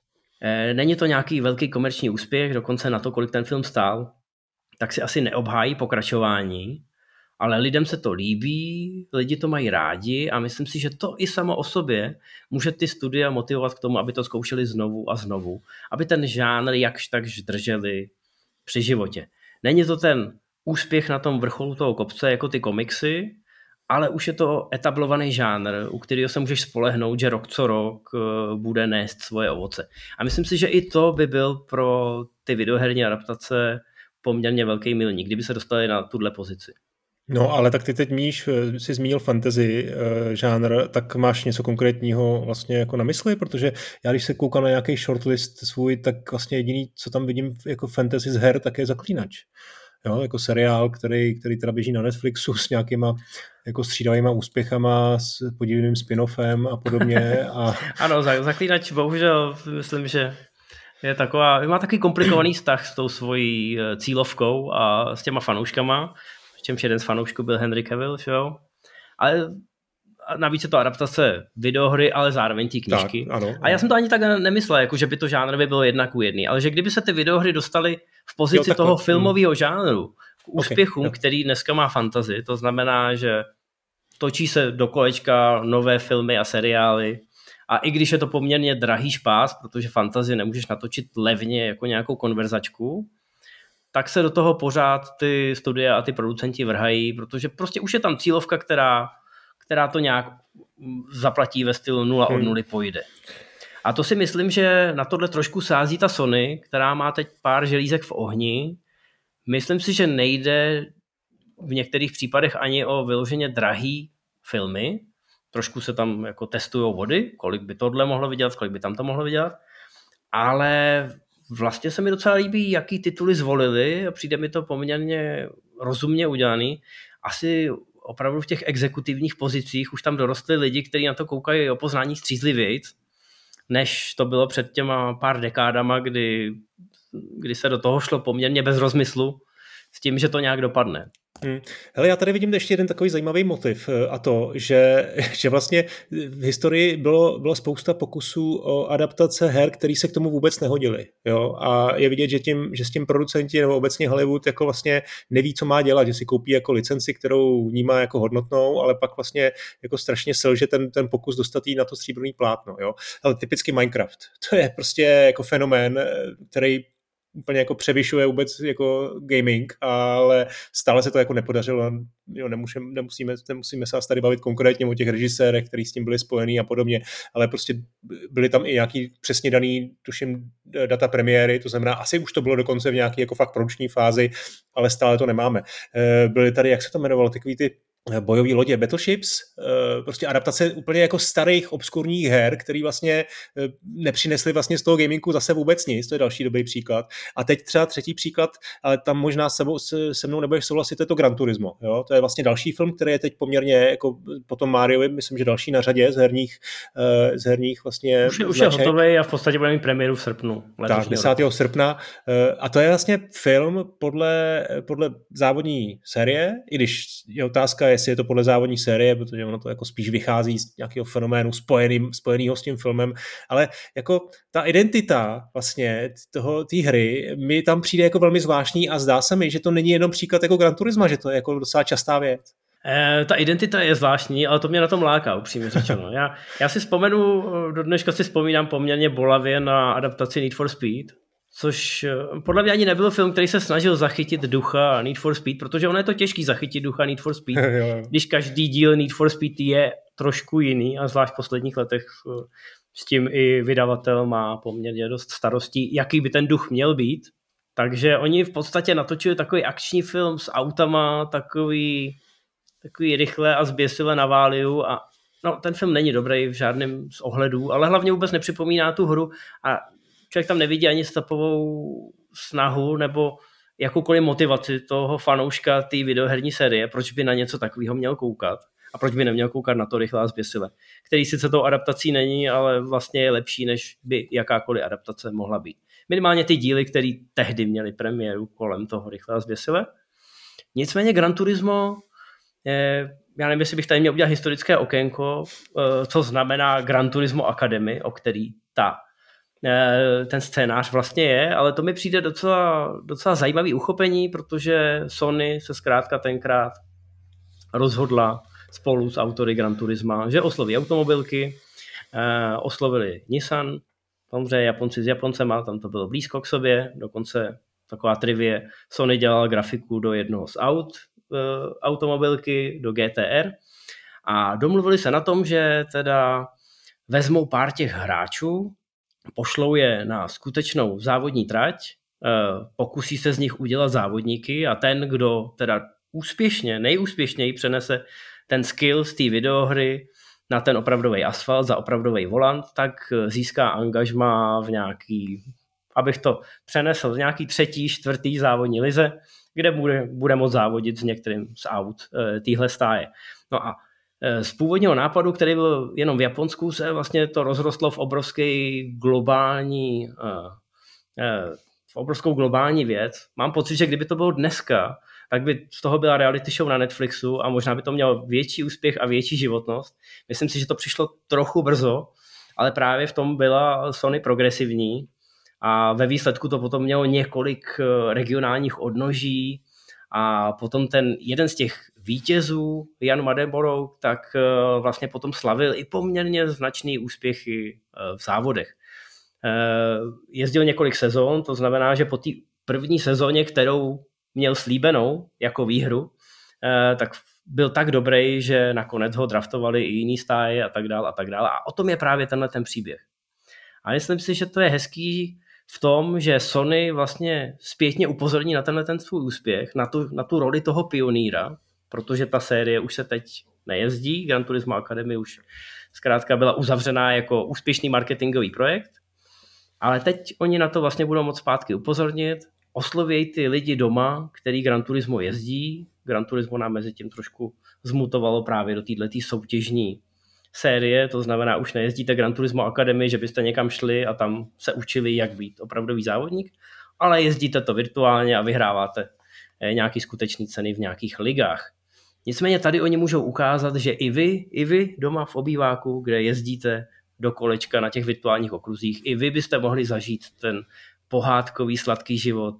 Není to nějaký velký komerční úspěch, dokonce na to, kolik ten film stál, tak si asi neobhájí pokračování, ale lidem se to líbí, lidi to mají rádi a myslím si, že to i samo o sobě může ty studia motivovat k tomu, aby to zkoušeli znovu a znovu, aby ten žánr jakž takž drželi při životě. Není to ten úspěch na tom vrcholu toho kopce jako ty komiksy, ale už je to etablovaný žánr, u kterého se můžeš spolehnout, že rok co rok bude nést svoje ovoce. A myslím si, že i to by byl pro ty videoherní adaptace poměrně velký milník, kdyby se dostali na tuhle pozici. No, ale tak ty teď Míš, jsi zmínil fantasy uh, žánr, tak máš něco konkrétního vlastně jako na mysli, protože já když se koukám na nějaký shortlist svůj, tak vlastně jediný, co tam vidím jako fantasy z her, tak je Zaklínač. Jo, jako seriál, který, který teda běží na Netflixu s nějakýma jako střídavýma úspěchama, s podivným spin-offem a podobně. A... Ano, Zaklínač bohužel myslím, že je taková, má takový komplikovaný vztah s tou svojí cílovkou a s těma fanouškama, přičemž jeden z fanoušků byl Henry Cavill, jo? Ale navíc je to adaptace videohry, ale zároveň té knížky. Tak, ano, ano. A já jsem to ani tak nemyslel, jako že by to žánr by bylo jedna ku jedný, ale že kdyby se ty videohry dostaly v pozici jo, toho filmového žánru k úspěchům, okay, který dneska má fantasy, to znamená, že točí se do kolečka nové filmy a seriály a i když je to poměrně drahý špás, protože fantasy nemůžeš natočit levně jako nějakou konverzačku, tak se do toho pořád ty studia a ty producenti vrhají, protože prostě už je tam cílovka, která, která to nějak zaplatí ve stylu nula od nuly pojde. A to si myslím, že na tohle trošku sází ta Sony, která má teď pár želízek v ohni. Myslím si, že nejde v některých případech ani o vyloženě drahý filmy. Trošku se tam jako testujou vody, kolik by tohle mohlo vydělat, kolik by tam to mohlo vydělat. Ale vlastně se mi docela líbí, jaký tituly zvolili a přijde mi to poměrně rozumně udělaný. Asi opravdu v těch exekutivních pozicích už tam dorostli lidi, kteří na to koukají o poznání střízlivějc, než to bylo před těma pár dekádama, kdy, kdy se do toho šlo poměrně bez rozmyslu s tím, že to nějak dopadne. Hmm. Hele, já tady vidím ještě jeden takový zajímavý motiv a to, že, že vlastně v historii bylo, bylo spousta pokusů o adaptace her, které se k tomu vůbec nehodily. Jo? A je vidět, že, tím, že s tím producenti nebo obecně Hollywood jako vlastně neví, co má dělat, že si koupí jako licenci, kterou vnímá jako hodnotnou, ale pak vlastně jako strašně selže ten, ten pokus dostat jí na to stříbrný plátno. Jo? Ale typicky Minecraft. To je prostě jako fenomén, který úplně jako převyšuje vůbec jako gaming, ale stále se to jako nepodařilo. Jo, nemusíme, nemusíme, nemusíme se tady bavit konkrétně o těch režisérech, kteří s tím byli spojení a podobně, ale prostě byly tam i nějaký přesně daný, tuším, data premiéry, to znamená, asi už to bylo dokonce v nějaké jako fakt produční fázi, ale stále to nemáme. Byly tady, jak se to jmenovalo, takový ty bojové lodě Battleships, prostě adaptace úplně jako starých obskurních her, který vlastně nepřinesly vlastně z toho gamingu zase vůbec nic, to je další dobrý příklad. A teď třeba třetí příklad, ale tam možná se, se mnou nebudeš souhlasit, to je to Gran Turismo. Jo? To je vlastně další film, který je teď poměrně jako potom Mariovi, myslím, že další na řadě z herních, z herních vlastně Už je, už je hotový a v podstatě bude mít premiéru v srpnu. Tak, desátého srpna. A to je vlastně film podle, podle závodní série, i když je otázka, jestli je to podle závodní série, protože ono to jako spíš vychází z nějakého fenoménu spojeným, spojenýho s tím filmem, ale jako ta identita vlastně toho, té hry mi tam přijde jako velmi zvláštní a zdá se mi, že to není jenom příklad jako Gran Turisma, že to je jako docela častá věc. E, ta identita je zvláštní, ale to mě na tom láká, upřímně řečeno. Já, já si vzpomenu, do dneška si vzpomínám poměrně bolavě na adaptaci Need for Speed, což podle mě ani nebyl film, který se snažil zachytit ducha Need for Speed, protože ono je to těžký zachytit ducha Need for Speed, když každý díl Need for Speed je trošku jiný a zvlášť v posledních letech s tím i vydavatel má poměrně dost starostí, jaký by ten duch měl být. Takže oni v podstatě natočili takový akční film s autama, takový, takový rychle a zběsile na váliu a no, ten film není dobrý v žádném z ohledů, ale hlavně vůbec nepřipomíná tu hru a člověk tam nevidí ani stopovou snahu nebo jakoukoliv motivaci toho fanouška té videoherní série, proč by na něco takového měl koukat a proč by neměl koukat na to rychle a zběsile, který sice tou adaptací není, ale vlastně je lepší, než by jakákoliv adaptace mohla být. Minimálně ty díly, které tehdy měly premiéru kolem toho rychle a zběsile. Nicméně Gran Turismo, je, já nevím, jestli bych tady měl udělat historické okénko, co znamená Gran Turismo Academy, o který ta ten scénář vlastně je, ale to mi přijde docela, docela zajímavý uchopení, protože Sony se zkrátka tenkrát rozhodla spolu s autory Gran Turisma, že osloví automobilky, eh, oslovili Nissan, samozřejmě Japonci s Japoncema, tam to bylo blízko k sobě, dokonce taková trivie, Sony dělal grafiku do jednoho z aut, eh, automobilky, do G T R a domluvili se na tom, že teda vezmou pár těch hráčů, pošlou je na skutečnou závodní trať, pokusí se z nich udělat závodníky a ten, kdo teda úspěšně, nejúspěšněji přenese ten skill z té videohry na ten opravdový asfalt za opravdový volant, tak získá angažmá v nějaký, abych to přenesl, v nějaký třetí, čtvrtý závodní lize, kde bude, bude moct závodit s některým z aut téhle stáje. No a z původního nápadu, který byl jenom v Japonsku, se vlastně to rozrostlo v obrovský globální, v obrovskou globální věc. Mám pocit, že kdyby to bylo dneska, tak by z toho byla reality show na Netflixu a možná by to mělo větší úspěch a větší životnost. Myslím si, že to přišlo trochu brzo, ale právě v tom byla Sony progresivní a ve výsledku to potom mělo několik regionálních odnoží a potom ten jeden z těch vítězů, Jan Madeborough, tak vlastně potom slavil i poměrně značný úspěchy v závodech. Jezdil několik sezon, to znamená, že po té první sezóně, kterou měl slíbenou jako výhru, tak byl tak dobrý, že nakonec ho draftovali i jiný stáje a tak dále a tak dále. A o tom je právě tenhle ten příběh. A myslím si, že to je hezký v tom, že Sony vlastně zpětně upozorní na tenhle ten svůj úspěch, na tu, na tu roli toho pionýra, protože ta série už se teď nejezdí, Gran Turismo Academy už zkrátka byla uzavřená jako úspěšný marketingový projekt Ale teď oni na to vlastně budou moc zpátky upozornit, oslovějí ty lidi doma, který Gran Turismo jezdí. Gran Turismo nám mezi tím trošku zmutovalo právě do této soutěžní série, to znamená, už nejezdíte Gran Turismo Academy, že byste někam šli a tam se učili, jak být opravdový závodník, ale jezdíte to virtuálně a vyhráváte nějaký skutečný ceny v nějakých ligách. Nicméně tady oni můžou ukázat, že i vy, i vy doma v obýváku, kde jezdíte do kolečka na těch virtuálních okruzích, i vy byste mohli zažít ten pohádkový sladký život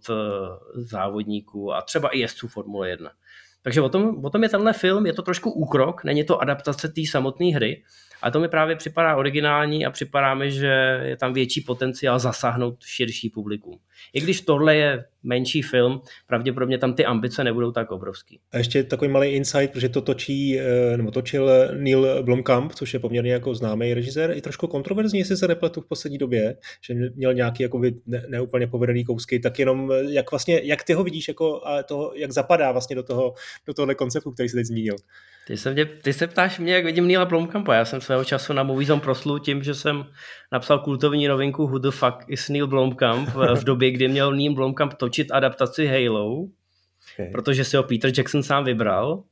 závodníků a třeba i jezdců Formule jedna. Takže o tom, o tom je tenhle film, je to trošku úkrok, není to adaptace té samotné hry, a to mi právě připadá originální a připadá mi, že je tam větší potenciál zasáhnout širší publikum. I když tohle je menší film, pravděpodobně tam ty ambice nebudou tak obrovský. A ještě takový malý insight, protože to točí, nebo točil Neil Blomkamp, což je poměrně jako známý režisér, i trošku kontroverzní, jestli se nepletu v poslední době, že měl nějaký jako ne, neúplně povedený kousky, tak jenom jak vlastně, jak ty ho vidíš, jako a to, jak zapadá vlastně do toho, do tohohle konceptu, který jsi teď zmínil. Ty se, mě, ty se ptáš mě, jak vidím Neila Blomkampa. Já jsem svého času na Moviezone proslul tím, že jsem napsal kultovní novinku Who the fuck is Neil Blomkamp v době, kdy měl Neil Blomkamp točit adaptaci Halo, okay. Protože si ho Peter Jackson sám vybral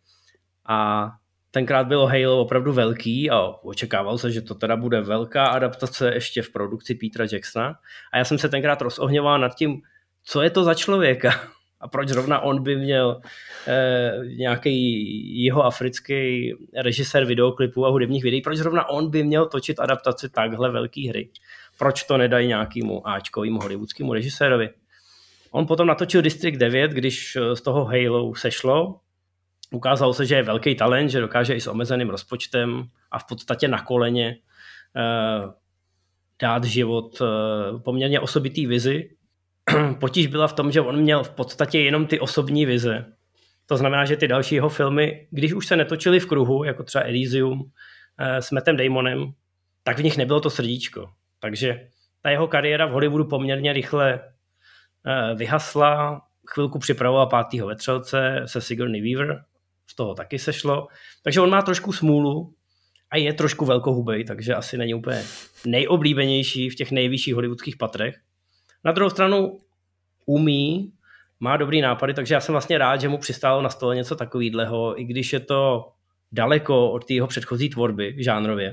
a tenkrát bylo Halo opravdu velký a očekával se, že to teda bude velká adaptace ještě v produkci Petera Jacksona a já jsem se tenkrát rozohňoval nad tím, co je to za člověka. A proč zrovna on by měl eh, nějaký jihoafrický režisér videoklipů a hudebních videí, proč zrovna on by měl točit adaptaci takhle velké hry? Proč to nedají nějakému áčkovému hollywoodskému režisérovi? On potom natočil District devět, když z toho Halo sešlo. Ukázalo se, že je velký talent, že dokáže i s omezeným rozpočtem a v podstatě na koleně eh, dát život eh, poměrně osobitý vizi. Potíž byla v tom, že on měl v podstatě jenom ty osobní vize. To znamená, že ty další jeho filmy, když už se netočily v kruhu, jako třeba Elysium eh, s Mattem Damonem, tak v nich nebylo to srdíčko. Takže ta jeho kariéra v Hollywoodu poměrně rychle eh, vyhasla, chvilku připravoval Pátýho vetřelce se Sigourney Weaver, z toho taky sešlo. Takže on má trošku smůlu a je trošku velkohubej, takže asi není úplně nejoblíbenější v těch nejvyšších hollywoodských patrech. Na druhou stranu umí, má dobrý nápady, takže já jsem vlastně rád, že mu přistálo na stole něco takovýhleho, i když je to daleko od té jeho předchozí tvorby žánrově,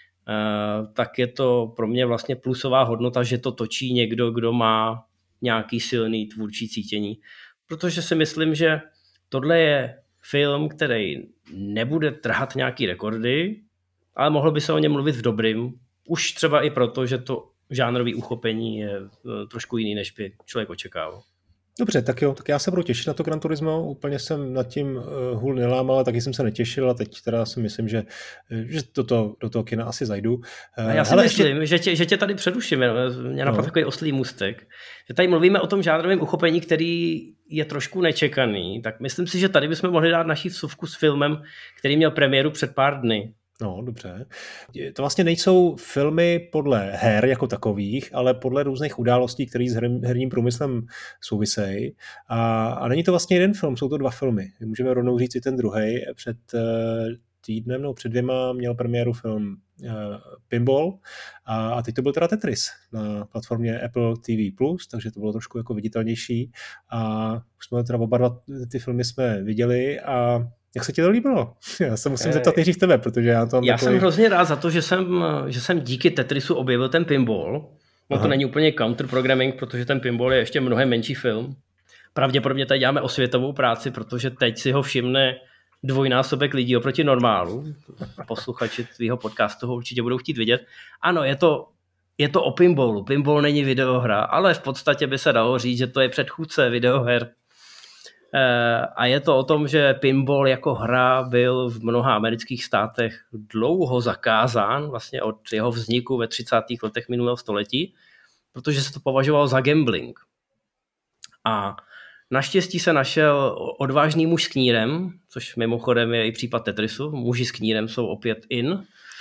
tak je to pro mě vlastně plusová hodnota, že to točí někdo, kdo má nějaký silný tvůrčí cítění. Protože si myslím, že tohle je film, který nebude trhat nějaký rekordy, ale mohlo by se o něm mluvit v dobrým. Už třeba i proto, že to žánrový uchopení je trošku jiný, než by člověk očekával. Dobře, tak jo, tak já se budu těšit na to Gran Turismo, úplně jsem nad tím hůl nelámal, ale taky jsem se netěšil a teď teda si myslím, že, že do, toho, do toho kina asi zajdu. A já si ale myslím, ještě... že, tě, že tě tady předuším, mě napadl no. takový oslý můstek, že tady mluvíme o tom žánrovém uchopení, který je trošku nečekaný, tak myslím si, že tady bychom mohli dát naši vsuvku s filmem, který měl premiéru před pár dny. No, dobře. To vlastně nejsou filmy podle her jako takových, ale podle různých událostí, které s herním průmyslem souvisejí. A, a není to vlastně jeden film, jsou to dva filmy. Můžeme rovnou říct i ten druhý. Před týdnem, no před dvěma měl premiéru film uh, Pinball a, a teď to byl teda Tetris na platformě Apple T V plus, takže to bylo trošku jako viditelnější. A už jsme teda oba dva ty filmy jsme viděli a jak se ti to líbilo? Já se musím zeptat nejdřív tebe, protože já to Já takový... jsem hrozně rád za to, že jsem, že jsem díky Tetrisu objevil ten Pinball. No to není úplně counterprogramming, protože ten Pinball je ještě mnohem menší film. Pravděpodobně tady děláme osvětovou práci, protože teď si ho všimne dvojnásobek lidí oproti normálu. Posluchači tvýho podcastu ho určitě budou chtít vidět. Ano, je to, je to o pinballu. Pinball není videohra, ale v podstatě by se dalo říct, že to je předchůdce videoher. A je to o tom, že pinball jako hra byl v mnoha amerických státech dlouho zakázán, vlastně od jeho vzniku ve třicátých letech minulého století, protože se to považovalo za gambling. A naštěstí se našel odvážný muž s knírem, což mimochodem je i případ Tetrisu. Muži s knírem jsou opět in.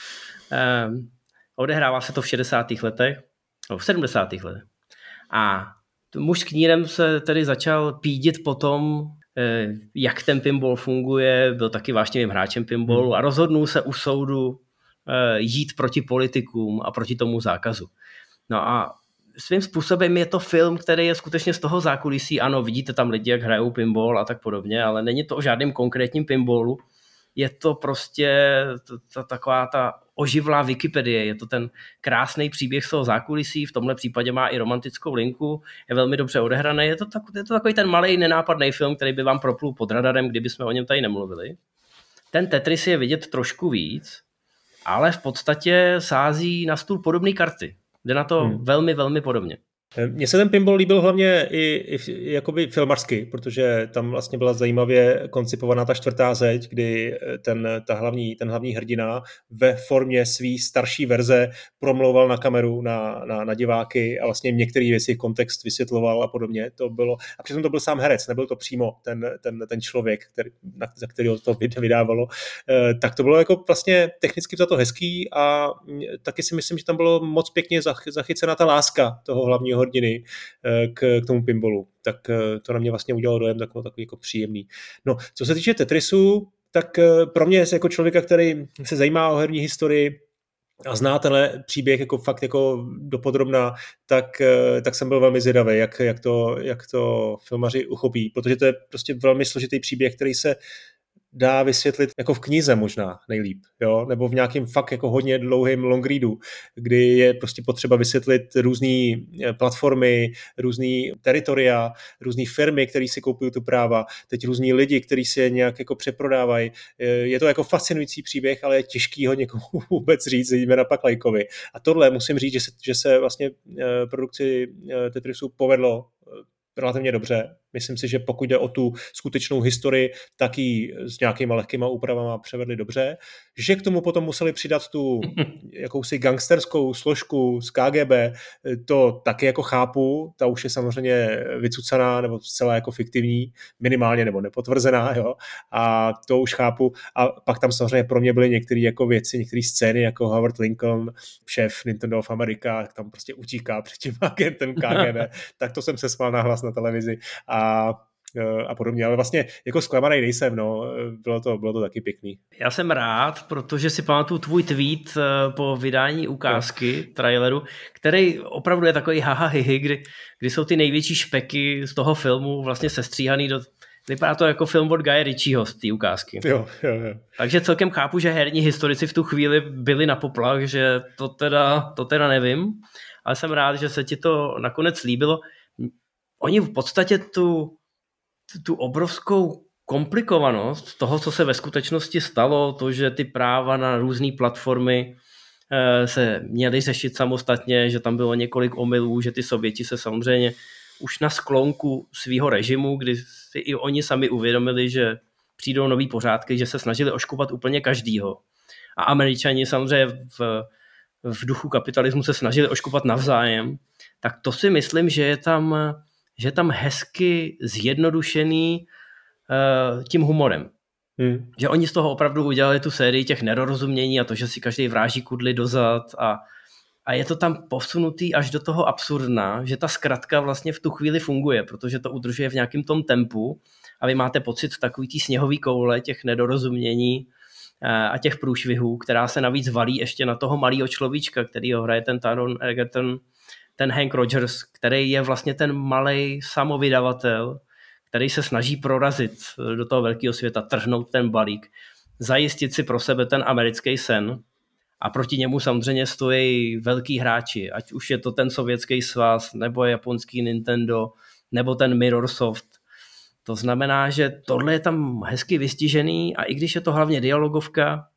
Odehrává se to v šedesátých letech, no v sedmdesátých letech. A muž s knírem se tedy začal pídit po tom, jak ten pinball funguje, byl taky vášnivým hráčem pinballu a rozhodnul se u soudu jít proti politikům a proti tomu zákazu. No a svým způsobem je to film, který je skutečně z toho zákulisí. Ano, vidíte tam lidi, jak hrajou pinball a tak podobně, ale není to o žádném konkrétním pinballu. Je to prostě ta, taková ta oživlá Wikipedie. Je to ten krásný příběh z toho zákulisí, v tomhle případě má i romantickou linku, je velmi dobře odehraný. Je to, tak, je to takový ten malý nenápadný film, který by vám proplul pod radarem, kdyby jsme o něm tady nemluvili. Ten Tetris je vidět trošku víc, ale v podstatě sází na stůl podobné karty. Jde na to hmm. velmi, velmi podobně. Mně se ten pinball líbil hlavně i, i jakoby filmařsky, protože tam vlastně byla zajímavě koncipovaná ta čtvrtá zeď, kdy ten, ta hlavní, ten hlavní hrdina ve formě své starší verze promlouval na kameru, na, na, na diváky a vlastně některé věci kontext vysvětloval a podobně. To bylo, a přitom to byl sám herec, nebyl to přímo ten, ten, ten člověk, který, na, za kterého to vydávalo. E, tak to bylo jako vlastně technicky za to hezký a taky si myslím, že tam bylo moc pěkně zachycená ta láska toho hlavního hrdiny k, k tomu pinballu. Tak to na mě vlastně udělalo dojem takový, takový jako příjemný. No, co se týče Tetrisu, tak pro mě jako člověka, který se zajímá o herní historii a zná tenhle příběh jako fakt jako dopodrobna, tak, tak jsem byl velmi zvědavý, jak, jak, to, jak to filmaři uchopí, protože to je prostě velmi složitý příběh, který se dá vysvětlit jako v knize možná nejlíp, jo? Nebo v nějakém fakt jako hodně dlouhým long readu, kdy je prostě potřeba vysvětlit různé platformy, různé teritoria, různé firmy, které si koupují tu práva, teď různí lidi, kteří si je nějak jako přeprodávají. Je to jako fascinující příběh, ale je těžký ho někomu vůbec říct, zejména pak lajkovi. A tohle musím říct, že se, že se vlastně produkci Tetrisu povedlo relativně dobře. Myslím si, že pokud jde o tu skutečnou historii, tak ji s nějakýma lehkýma úpravama převedli dobře. Že k tomu potom museli přidat tu jakousi gangsterskou složku z K G B, to taky jako chápu, ta už je samozřejmě vycucaná nebo zcela jako fiktivní, minimálně nebo nepotvrzená, jo? A to už chápu. A pak tam samozřejmě pro mě byly některé jako věci, některé scény, jako Howard Lincoln, šéf Nintendo of America, tam prostě utíká před tím agentem K G B, tak to jsem se smál nahlas na televizi a A, a podobně, ale vlastně jako zklamanej nejsem, no, bylo to, bylo to taky pěkný. Já jsem rád, protože si pamatuju tvůj tweet po vydání ukázky, no. traileru, který opravdu je takový haha hihi, kdy, kdy jsou ty největší špeky z toho filmu vlastně sestříhaný do... Vypadá to jako film od Guye Ritchieho z té ukázky. Jo, jo, jo. Takže celkem chápu, že herní historici v tu chvíli byli na poplach, že to teda, to teda nevím, ale jsem rád, že se ti to nakonec líbilo. Oni v podstatě tu, tu obrovskou komplikovanost toho, co se ve skutečnosti stalo, to, že ty práva na různé platformy se měly řešit samostatně, že tam bylo několik omylů, že ty Sověti se samozřejmě už na sklonku svého režimu, kdy si i oni sami uvědomili, že přijdou nový pořádky, že se snažili oškupat úplně každýho. A Američani samozřejmě v, v duchu kapitalismu se snažili oškupat navzájem. Tak to si myslím, že je tam, že je tam hezky zjednodušený uh, tím humorem. Hmm. Že oni z toho opravdu udělali tu sérii těch nedorozumění a to, že si každý vráží kudly dozad a, a je to tam posunutý až do toho absurdna, že ta zkratka vlastně v tu chvíli funguje, protože to udržuje v nějakém tom tempu a vy máte pocit takový tý sněhový koule těch nedorozumění a těch průšvihů, která se navíc valí ještě na toho malého človíčka, který ho hraje ten Taron Egerton, ten Hank Rogers, který je vlastně ten malej samovydavatel, který se snaží prorazit do toho velkého světa, trhnout ten balík, zajistit si pro sebe ten americký sen a proti němu samozřejmě stojí velký hráči, ať už je to ten Sovětský svaz, nebo japonský Nintendo, nebo ten Mirrorsoft. To znamená, že tohle je tam hezky vystižený a i když je to hlavně dialogovka,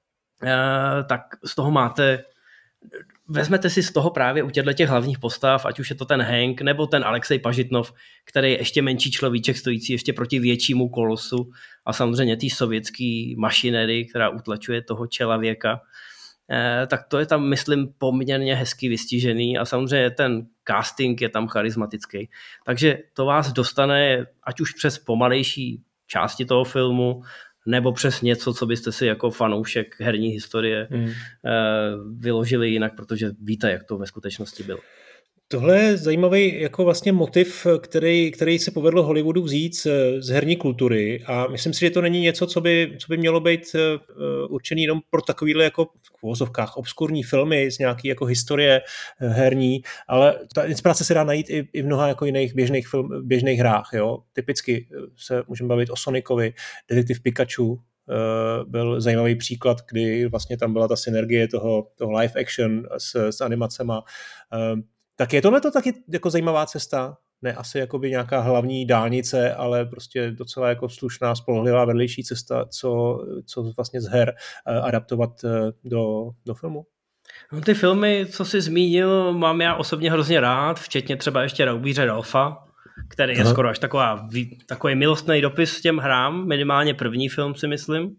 tak z toho máte, vezmete si z toho právě u těchto těch hlavních postav, ať už je to ten Hank nebo ten Alexej Pažitnov, který je ještě menší človíček stojící ještě proti většímu kolosu a samozřejmě tý sovětský mašinery, která utlačuje toho člověka, tak to je tam, myslím, poměrně hezky vystižený a samozřejmě ten casting je tam charismatický. Takže to vás dostane ať už přes pomalejší části toho filmu, nebo přes něco, co byste si jako fanoušek herní historie mm. vyložili jinak, protože víte, jak to ve skutečnosti bylo. Tohle je zajímavý jako vlastně motiv, který, který se povedlo Hollywoodu vzít z, z herní kultury a myslím si, že to není něco, co by, co by mělo být uh, určený jenom pro takovýhle jako v uvozovkách obskurní filmy z nějaký jako historie uh, herní, ale ta inspirace se dá najít i, i v mnoha jako jiných běžných, film, běžných hrách. Jo? Typicky se můžeme bavit o Sonicovi, Detektiv Pikachu, uh, byl zajímavý příklad, kdy vlastně tam byla ta synergie toho, toho live action s, s animacema. Uh, Tak je tohle to taky jako zajímavá cesta? Ne asi jakoby nějaká hlavní dálnice, ale prostě docela jako slušná, spolehlivá vedlejší cesta, co, co vlastně z her adaptovat do, do filmu? No, ty filmy, co jsi zmínil, mám já osobně hrozně rád, včetně třeba ještě Raubíře Ralfa, který je Aha. skoro až taková, takový milostný dopis těm hrám, minimálně první film si myslím.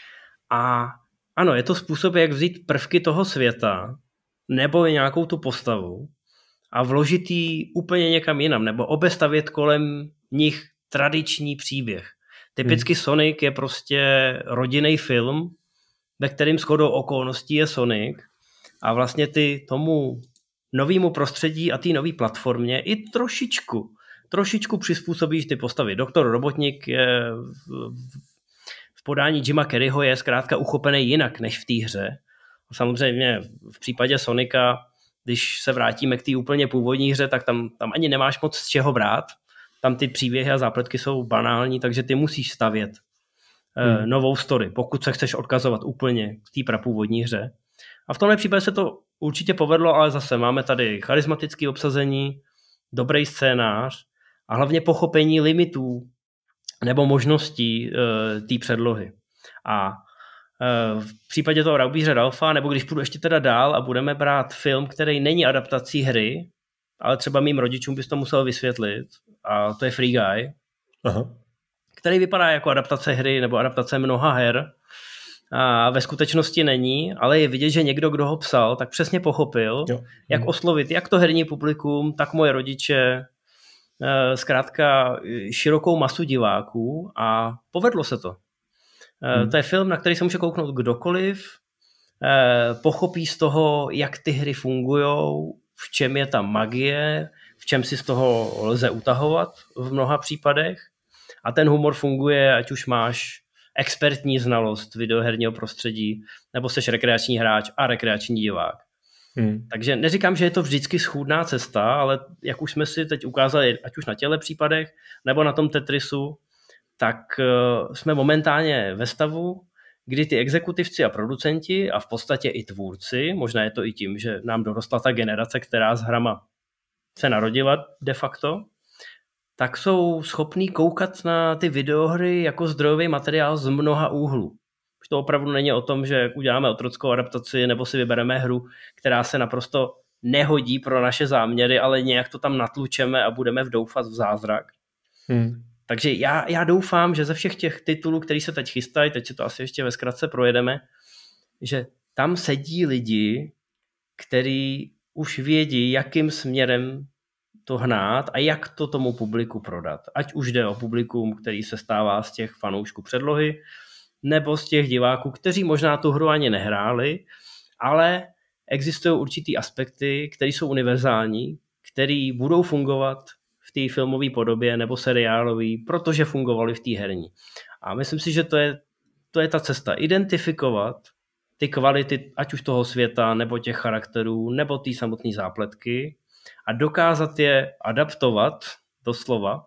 A ano, je to způsob, jak vzít prvky toho světa nebo nějakou tu postavu a vložit ji úplně někam jinam, nebo obestavět kolem nich tradiční příběh. Typicky hmm. Sonic je prostě rodinný film, ve kterým shodou okolností je Sonic a vlastně ty tomu novému prostředí a té nové platformě i trošičku, trošičku přizpůsobíš ty postavy. Doktor Robotnik je v, v podání Jima Carreyho je zkrátka uchopený jinak než v té hře. Samozřejmě v případě Sonika, když se vrátíme k té úplně původní hře, tak tam, tam ani nemáš moc z čeho brát. Tam ty příběhy a zápletky jsou banální, takže ty musíš stavět hmm. uh, novou story, pokud se chceš odkazovat úplně k té prapůvodní hře. A v tomhle případě se to určitě povedlo, ale zase máme tady charismatické obsazení, dobrý scénář a hlavně pochopení limitů nebo možností uh, té předlohy. A v případě toho Raubíře Ralfa, nebo když půjdu ještě teda dál a budeme brát film, který není adaptací hry, ale třeba mým rodičům bys to musel vysvětlit, a to je Free Guy, Aha. který vypadá jako adaptace hry nebo adaptace mnoha her a ve skutečnosti není, ale je vidět, že někdo, kdo ho psal, tak přesně pochopil, jo. jak oslovit jak to herní publikum, tak moje rodiče, zkrátka širokou masu diváků a povedlo se to. Hmm. To je film, na který se může kouknout kdokoliv, pochopí z toho, jak ty hry fungujou, v čem je ta magie, v čem si z toho lze utahovat v mnoha případech a ten humor funguje, ať už máš expertní znalost videoherního prostředí, nebo seš rekreační hráč a rekreační divák. Hmm. Takže neříkám, že je to vždycky schůdná cesta, ale jak už jsme si teď ukázali, ať už na těchto případech, nebo na tom Tetrisu, tak uh, jsme momentálně ve stavu, kdy ty exekutivci a producenti a v podstatě i tvůrci, možná je to i tím, že nám dorostla ta generace, která s hrama se narodila de facto, tak jsou schopní koukat na ty videohry jako zdrojový materiál z mnoha úhlů. Už to opravdu není o tom, že uděláme otrockou adaptaci nebo si vybereme hru, která se naprosto nehodí pro naše záměry, ale nějak to tam natlučeme a budeme vdoufat v zázrak. Hmm. Takže já, já doufám, že ze všech těch titulů, který se teď chystají, teď si to asi ještě ve zkratce projedeme, že tam sedí lidi, kteří už vědí, jakým směrem to hnát a jak to tomu publiku prodat. Ať už jde o publikum, který se stává z těch fanoušků předlohy, nebo z těch diváků, kteří možná tu hru ani nehráli, ale existují určitý aspekty, které jsou univerzální, které budou fungovat v té filmové podobě nebo seriálové, protože fungovaly v té herní. A myslím si, že to je, to je ta cesta. Identifikovat ty kvality, ať už toho světa, nebo těch charakterů, nebo té samotné zápletky a dokázat je adaptovat doslova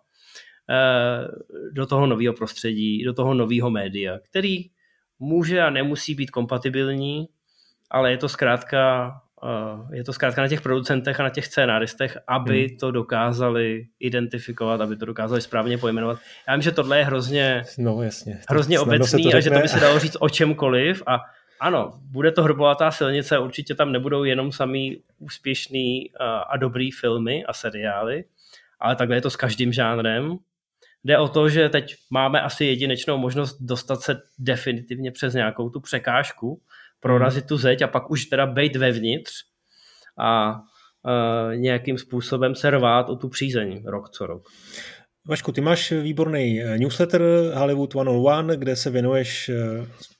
do toho nového prostředí, do toho nového média, který může a nemusí být kompatibilní, ale je to zkrátka, je to zkrátka na těch producentech a na těch scénáristech, aby hmm. to dokázali identifikovat, aby to dokázali správně pojmenovat. Já vím, že tohle je hrozně, no, jasně. hrozně obecný a že to by se dalo říct o čemkoliv a ano, bude to hrbolatá silnice, určitě tam nebudou jenom samý úspěšný a, a dobrý filmy a seriály, ale takhle je to s každým žánrem. Jde o to, že teď máme asi jedinečnou možnost dostat se definitivně přes nějakou tu překážku, prorazit tu zeď a pak už teda bejt vevnitř a uh, nějakým způsobem se rvát o tu přízeň rok co rok. Vašku, ty máš výborný newsletter Hollywood sto jedna, kde se věnuješ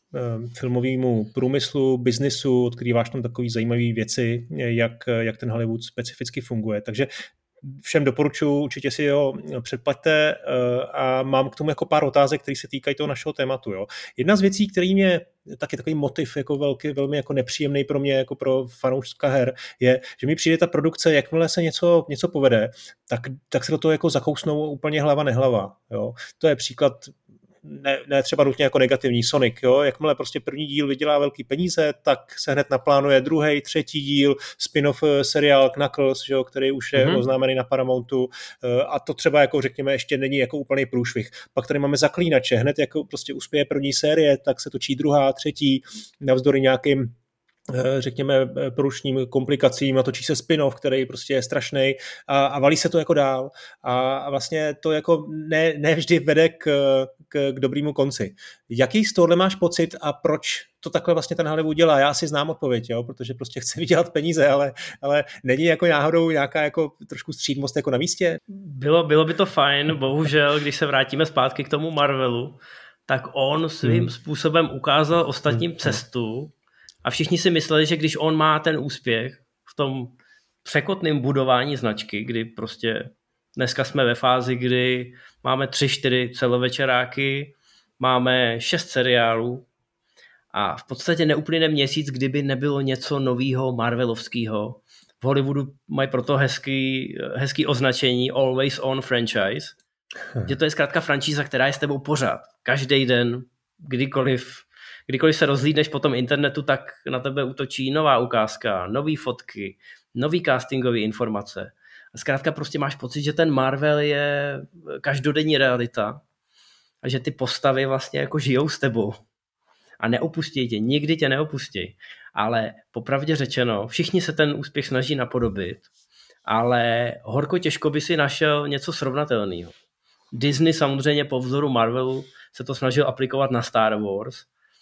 filmovému průmyslu, biznisu, odkrýváš tam takové zajímavé věci, jak, jak ten Hollywood specificky funguje. Takže všem doporučuji, určitě si ho předplaťte a mám k tomu jako pár otázek, které se týkají toho našeho tématu. Jo. Jedna z věcí, který mě taky takový motiv jako velký, velmi jako nepříjemný pro mě, jako pro fanouška her, je, že mi přijde ta produkce, jakmile se něco, něco povede, tak, tak se do toho jako zakousnou úplně hlava nehlava. Jo. To je příklad Ne, ne třeba nutně jako negativní Sonic, jo? Jakmile prostě první díl vydělá velký peníze, tak se hned naplánuje druhý, třetí díl, spin-off seriál Knuckles, jo? Který už je mm-hmm. oznámený na Paramountu a to třeba jako řekněme ještě není jako úplný průšvih. Pak tady máme Zaklínače, hned jako prostě uspěje první série, tak se točí druhá, třetí, navzdory nějakým řekněme poručním komplikacím a točí se spin-off, který prostě je strašný a, a valí se to jako dál a, a vlastně to jako ne, ne vždy vede k, k, k dobrému konci. Jaký z tohohle máš pocit a proč to takhle vlastně ten Hollywood dělá? Já si znám odpověď, jo, protože prostě chce vydělat peníze, ale, ale není jako náhodou nějaká jako trošku střídmost jako na místě? Bylo, bylo by to fajn, bohužel, když se vrátíme zpátky k tomu Marvelu, tak on svým hmm. způsobem ukázal ostatním hmm. cestu. A všichni si mysleli, že když on má ten úspěch v tom překotném budování značky, kdy prostě dneska jsme ve fázi, kdy máme tři, čtyři celovečeráky, máme šest seriálů a v podstatě neuplyne měsíc, kdyby nebylo něco novýho Marvelovského. V Hollywoodu mají proto hezký, hezký označení Always On franchise, že to je zkrátka franšíza, která je s tebou pořád. Každý den, kdykoliv Kdykoliv se rozhlídneš po tom internetu, tak na tebe útočí nová ukázka, nový fotky, nový castingové informace. Zkrátka prostě máš pocit, že ten Marvel je každodenní realita a že ty postavy vlastně jako žijou s tebou a neopustí tě, nikdy tě neopustí. Ale popravdě řečeno, všichni se ten úspěch snaží napodobit, ale horko těžko by si našel něco srovnatelného. Disney samozřejmě po vzoru Marvelu se to snažil aplikovat na Star Wars,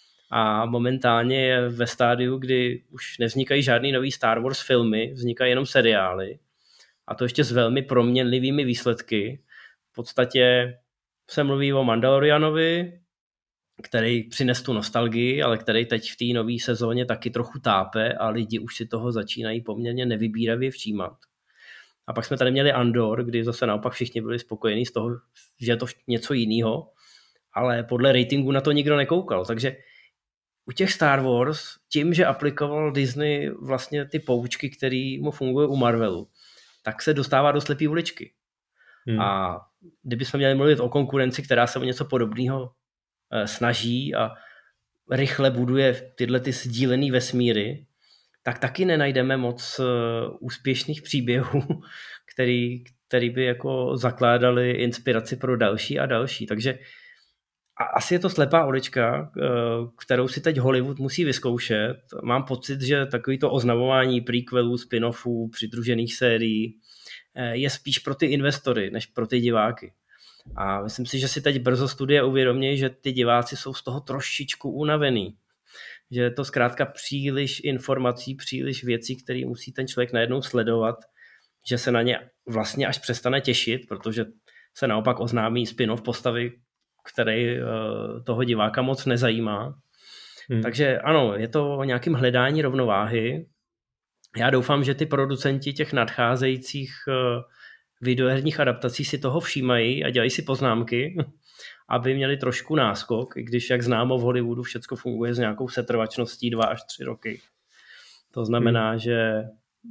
a momentálně je ve stádiu, kdy už nevznikají žádný nový Star Wars filmy, vznikají jenom seriály a to ještě s velmi proměnlivými výsledky. V podstatě se mluví o Mandalorianovi, který přines tu nostalgii, ale který teď v té nové sezóně taky trochu tápe a lidi už si toho začínají poměrně nevybíravě všímat. A pak jsme tady měli Andor, kdy zase naopak všichni byli spokojení z toho, že je to něco jiného, ale podle ratingu na to nikdo nekoukal, takže u těch Star Wars, tím, že aplikoval Disney vlastně ty poučky, které mu fungují u Marvelu, tak se dostává do slepý uličky. Hmm. A kdybychom měli mluvit o konkurenci, která se o něco podobného eh, snaží a rychle buduje tyhle ty sdílený vesmíry, tak taky nenajdeme moc eh, úspěšných příběhů, který, který by jako zakládali inspiraci pro další a další. Takže a asi je to slepá ulička, kterou si teď Hollywood musí vyzkoušet. Mám pocit, že takovýto oznamování prequelů, spin-offů, přidružených sérií je spíš pro ty investory, než pro ty diváky. A myslím si, že si teď brzo studie uvědomí, že ty diváci jsou z toho trošičku unavený. Že je to zkrátka příliš informací, příliš věcí, které musí ten člověk najednou sledovat, že se na ně vlastně až přestane těšit, protože se naopak oznámí spin-off postavy, který toho diváka moc nezajímá. Hmm. Takže ano, je to o nějakém hledání rovnováhy. Já doufám, že ty producenti těch nadcházejících videoherních adaptací si toho všímají a dělají si poznámky, aby měli trošku náskok, i když, jak známo, v Hollywoodu všecko funguje s nějakou setrvačností dva až tři roky. To znamená, hmm. že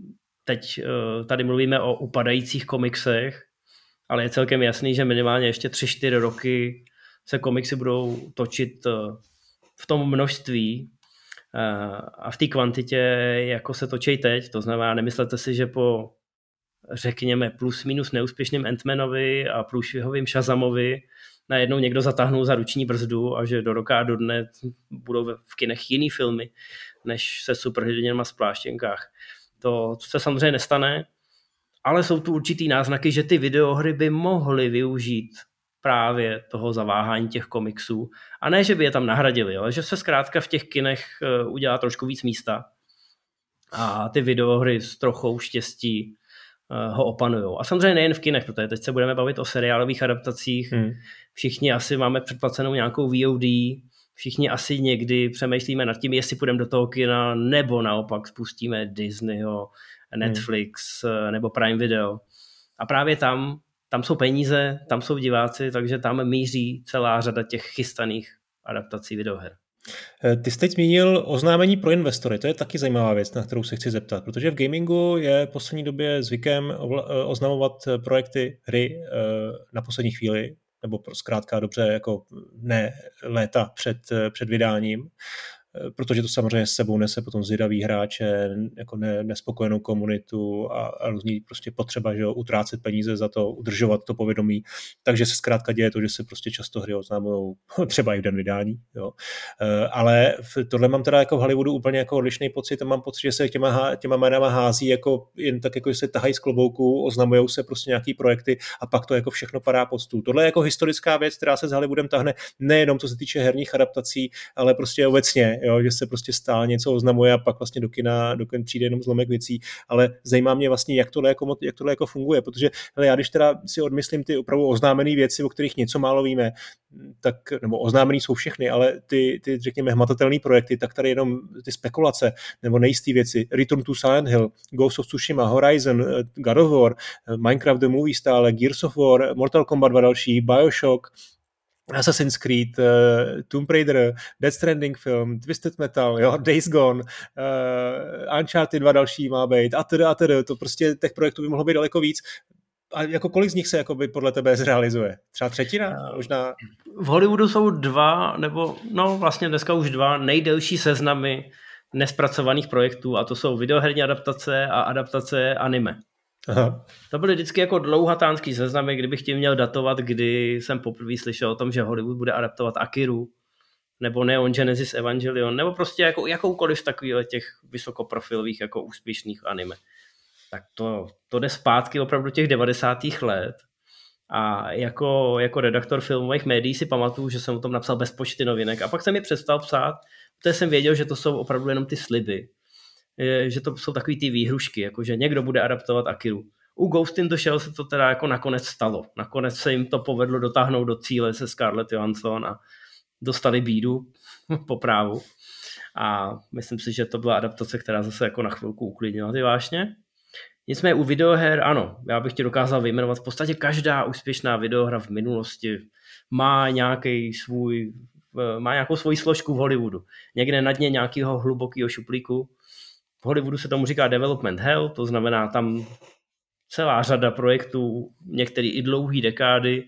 teď tady mluvíme o upadajících komiksech, ale je celkem jasný, že minimálně ještě tři čtyři roky se komiksy budou točit v tom množství a v té kvantitě, jako se točí teď. To znamená, nemyslete si, že po, řekněme, plus minus neúspěšným Ant-Manovi a průšvihovým Shazamovi najednou někdo zatáhnul za ruční brzdu a že do roka a do dne budou v kinech jiný filmy, než se superhrdiněma z pláštěnkách. To se samozřejmě nestane, ale jsou tu určitý náznaky, že ty videohry by mohly využít právě toho zaváhání těch komiksů. A ne, že by je tam nahradili, ale že se zkrátka v těch kinech udělá trošku víc místa a ty videohry s trochou štěstí ho opanujou. A samozřejmě nejen v kinech, protože teď se budeme bavit o seriálových adaptacích. Hmm. Všichni asi máme předplacenou nějakou V O D, všichni asi někdy přemýšlíme nad tím, jestli půjdeme do toho kina, nebo naopak spustíme Disneyho, Netflix hmm. nebo Prime Video. A právě tam, tam jsou peníze, tam jsou diváci, takže tam míří celá řada těch chystaných adaptací videoher. Ty jsi teď zmínil oznámení pro investory, to je taky zajímavá věc, na kterou se chci zeptat, protože v gamingu je v poslední době zvykem oznamovat projekty, hry na poslední chvíli, nebo zkrátka dobře jako ne léta před, před vydáním, protože to samozřejmě s sebou nese potom zvědavý hráče, jako ne, nespokojenou komunitu a, a různý prostě potřeba, že jo, utrácet peníze za to, udržovat to povědomí. Takže se zkrátka děje to, že se prostě často hry oznámujou třeba i v den vydání. Jo. Ale tohle mám teda jako v Hollywoodu úplně jako odlišný pocit a mám pocit, že se těma, těma jménama hází jako jen tak, jako se tahají z klobouku, oznamujou se prostě nějaký projekty a pak to jako všechno padá pod stůl. Tohle je jako historická věc, která se s Hollywoodem tahne nejenom co se týče herních adaptací, ale prostě obecně. Jo, že se prostě stále něco oznamuje a pak vlastně do kina, do kina přijde jenom zlomek věcí, ale zajímá mě vlastně, jak tohle jako, jak tohle jako funguje, protože hele, já když teda si odmyslím ty opravdu oznámené věci, o kterých něco málo víme, tak, nebo oznámený jsou všechny, ale ty, ty řekněme hmatatelné projekty, tak tady jenom ty spekulace nebo nejisté věci, Return to Silent Hill, Ghost of Tsushima, Horizon, God of War, Minecraft the Movie stále, Gears of War, Mortal Kombat dva další, Bioshock, Assassin's Creed, uh, Tomb Raider, Death Stranding film, Twisted Metal, jo, Days Gone, uh, Uncharted dva další má být a tedy a tedy, to prostě těch projektů by mohlo být daleko víc. A jako kolik z nich se jako by podle tebe zrealizuje? Třeba třetina? Možná... V Hollywoodu jsou dva, nebo no vlastně dneska už dva nejdelší seznamy nespracovaných projektů a to jsou videoherní adaptace a adaptace anime. Aha. To byly vždycky jako dlouhatánský seznamy, kdybych tím měl datovat, kdy jsem poprvé slyšel o tom, že Hollywood bude adaptovat Akiru, nebo Neon Genesis Evangelion, nebo prostě jako, jakoukoliv takových těch vysokoprofilových jako úspěšných anime. Tak to, to jde zpátky opravdu těch devadesátých let a jako, jako redaktor filmových médií si pamatuju, že jsem o tom napsal bezpočty novinek a pak jsem je přestal psát, protože jsem věděl, že to jsou opravdu jenom ty sliby. Že to jsou takový ty výhrušky, jako že někdo bude adaptovat Akiru. U Ghost in the Shell se to teda jako nakonec stalo. Nakonec se jim to povedlo dotáhnout do cíle se Scarlett Johansson a dostali bídu po právu. A myslím si, že to byla adaptace, která zase jako na chvilku uklidnila ty vášně. Nicméně u videoher, ano, já bych ti dokázal vyjmenovat v podstatě každá úspěšná videohra v minulosti má nějaký svůj, má nějakou svoji složku v Hollywoodu. Někde na dně nějakého hlubokého šuplíku. V Hollywoodu se tomu říká development hell, to znamená tam celá řada projektů, některé i dlouhé dekády,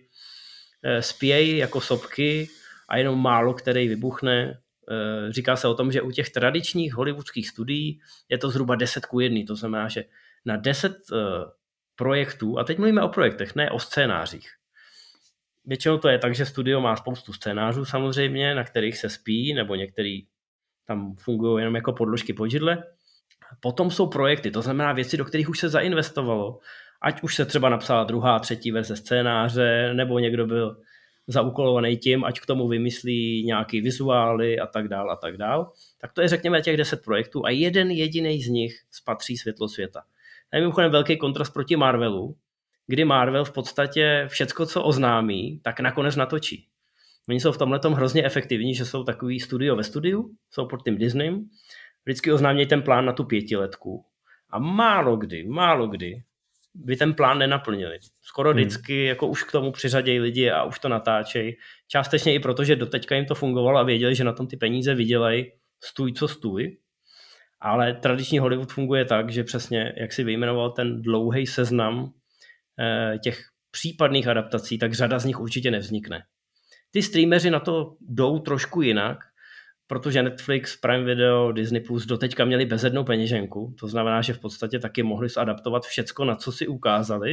spějí jako sopky a jenom málo který vybuchne. Říká se o tom, že u těch tradičních hollywoodských studií je to zhruba deset ku jedné, to znamená, že na deset projektů, a teď mluvíme o projektech, ne o scénářích. Většinou to je tak, že studio má spoustu scénářů samozřejmě, na kterých se spí, nebo některý tam fungují jenom jako podložky pod židle. Potom jsou projekty, to znamená věci, do kterých už se zainvestovalo, ať už se třeba napsala druhá, třetí verze scénáře, nebo někdo byl zaúkolovaný tím, ať k tomu vymyslí nějaký vizuály a tak dál a tak dál. Tak to je řekněme těch deset projektů a jeden jediný z nich spatří světlo světa. To je mimochodem velký kontrast proti Marvelu, kdy Marvel v podstatě všecko, co oznámí, tak nakonec natočí. Oni jsou v tomhletom hrozně efektivní, že jsou takový studio ve studiu, jsou pod tím Disneym, vždycky oznámějí ten plán na tu pětiletku a málo kdy, málo kdy by ten plán nenaplnili. Skoro vždycky hmm. jako už k tomu přiřadějí lidi a už to natáčejí. Částečně i proto, že doteďka jim to fungovalo a věděli, že na tom ty peníze vydělají stůj co stůj. Ale tradiční Hollywood funguje tak, že přesně, jak si vyjmenoval ten dlouhý seznam eh, těch případných adaptací, tak řada z nich určitě nevznikne. Ty streameři na to jdou trošku jinak, protože Netflix, Prime Video, Disney Plus doteďka měli bezednou peněženku, to znamená, že v podstatě taky mohli zadaptovat všecko, na co si ukázali,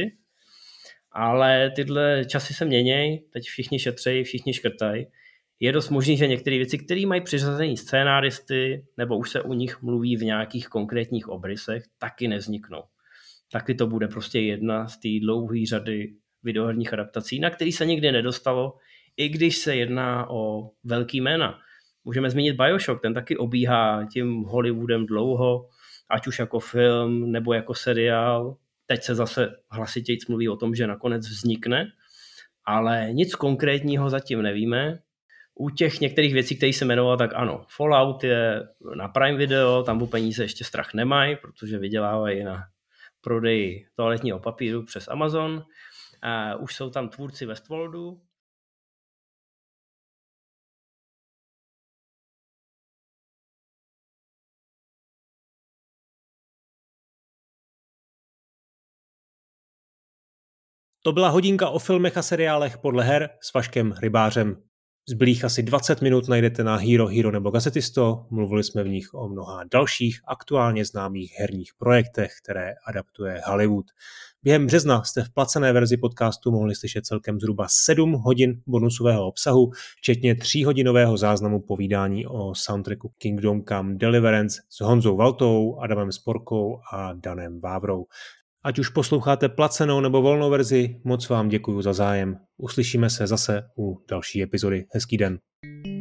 ale tyhle časy se měnějí, teď všichni šetřejí, všichni škrtají. Je dost možný, že některé věci, které mají přiřazený scénáristy, nebo už se u nich mluví v nějakých konkrétních obrysech, taky nevzniknou. Taky to bude prostě jedna z té dlouhé řady videoherních adaptací, na který se nikdy nedostalo, i když se jedná o velký jména. Můžeme zmínit Bioshock, ten taky obíhá tím Hollywoodem dlouho, ať už jako film nebo jako seriál. Teď se zase hlasitějc mluví o tom, že nakonec vznikne, ale nic konkrétního zatím nevíme. U těch některých věcí, které se jmenoval, tak ano, Fallout je na Prime Video, tam o peníze ještě strach nemají, protože vydělávají na prodeji toaletního papíru přes Amazon. A už jsou tam tvůrci Westworldu. To byla hodinka o filmech a seriálech podle her s Vaškem Rybářem. Zbylých asi dvacet minut najdete na Hero Hero nebo Gazetisto. Mluvili jsme v nich o mnoha dalších aktuálně známých herních projektech, které adaptuje Hollywood. Během března jste v placené verzi podcastu mohli slyšet celkem zhruba sedm hodin bonusového obsahu, včetně tříhodinového záznamu povídání o soundtracku Kingdom Come Deliverance s Honzou Valtou, Adamem Sporkou a Danem Vávrou. Ať už posloucháte placenou nebo volnou verzi, moc vám děkuji za zájem. Uslyšíme se zase u další epizody. Hezký den.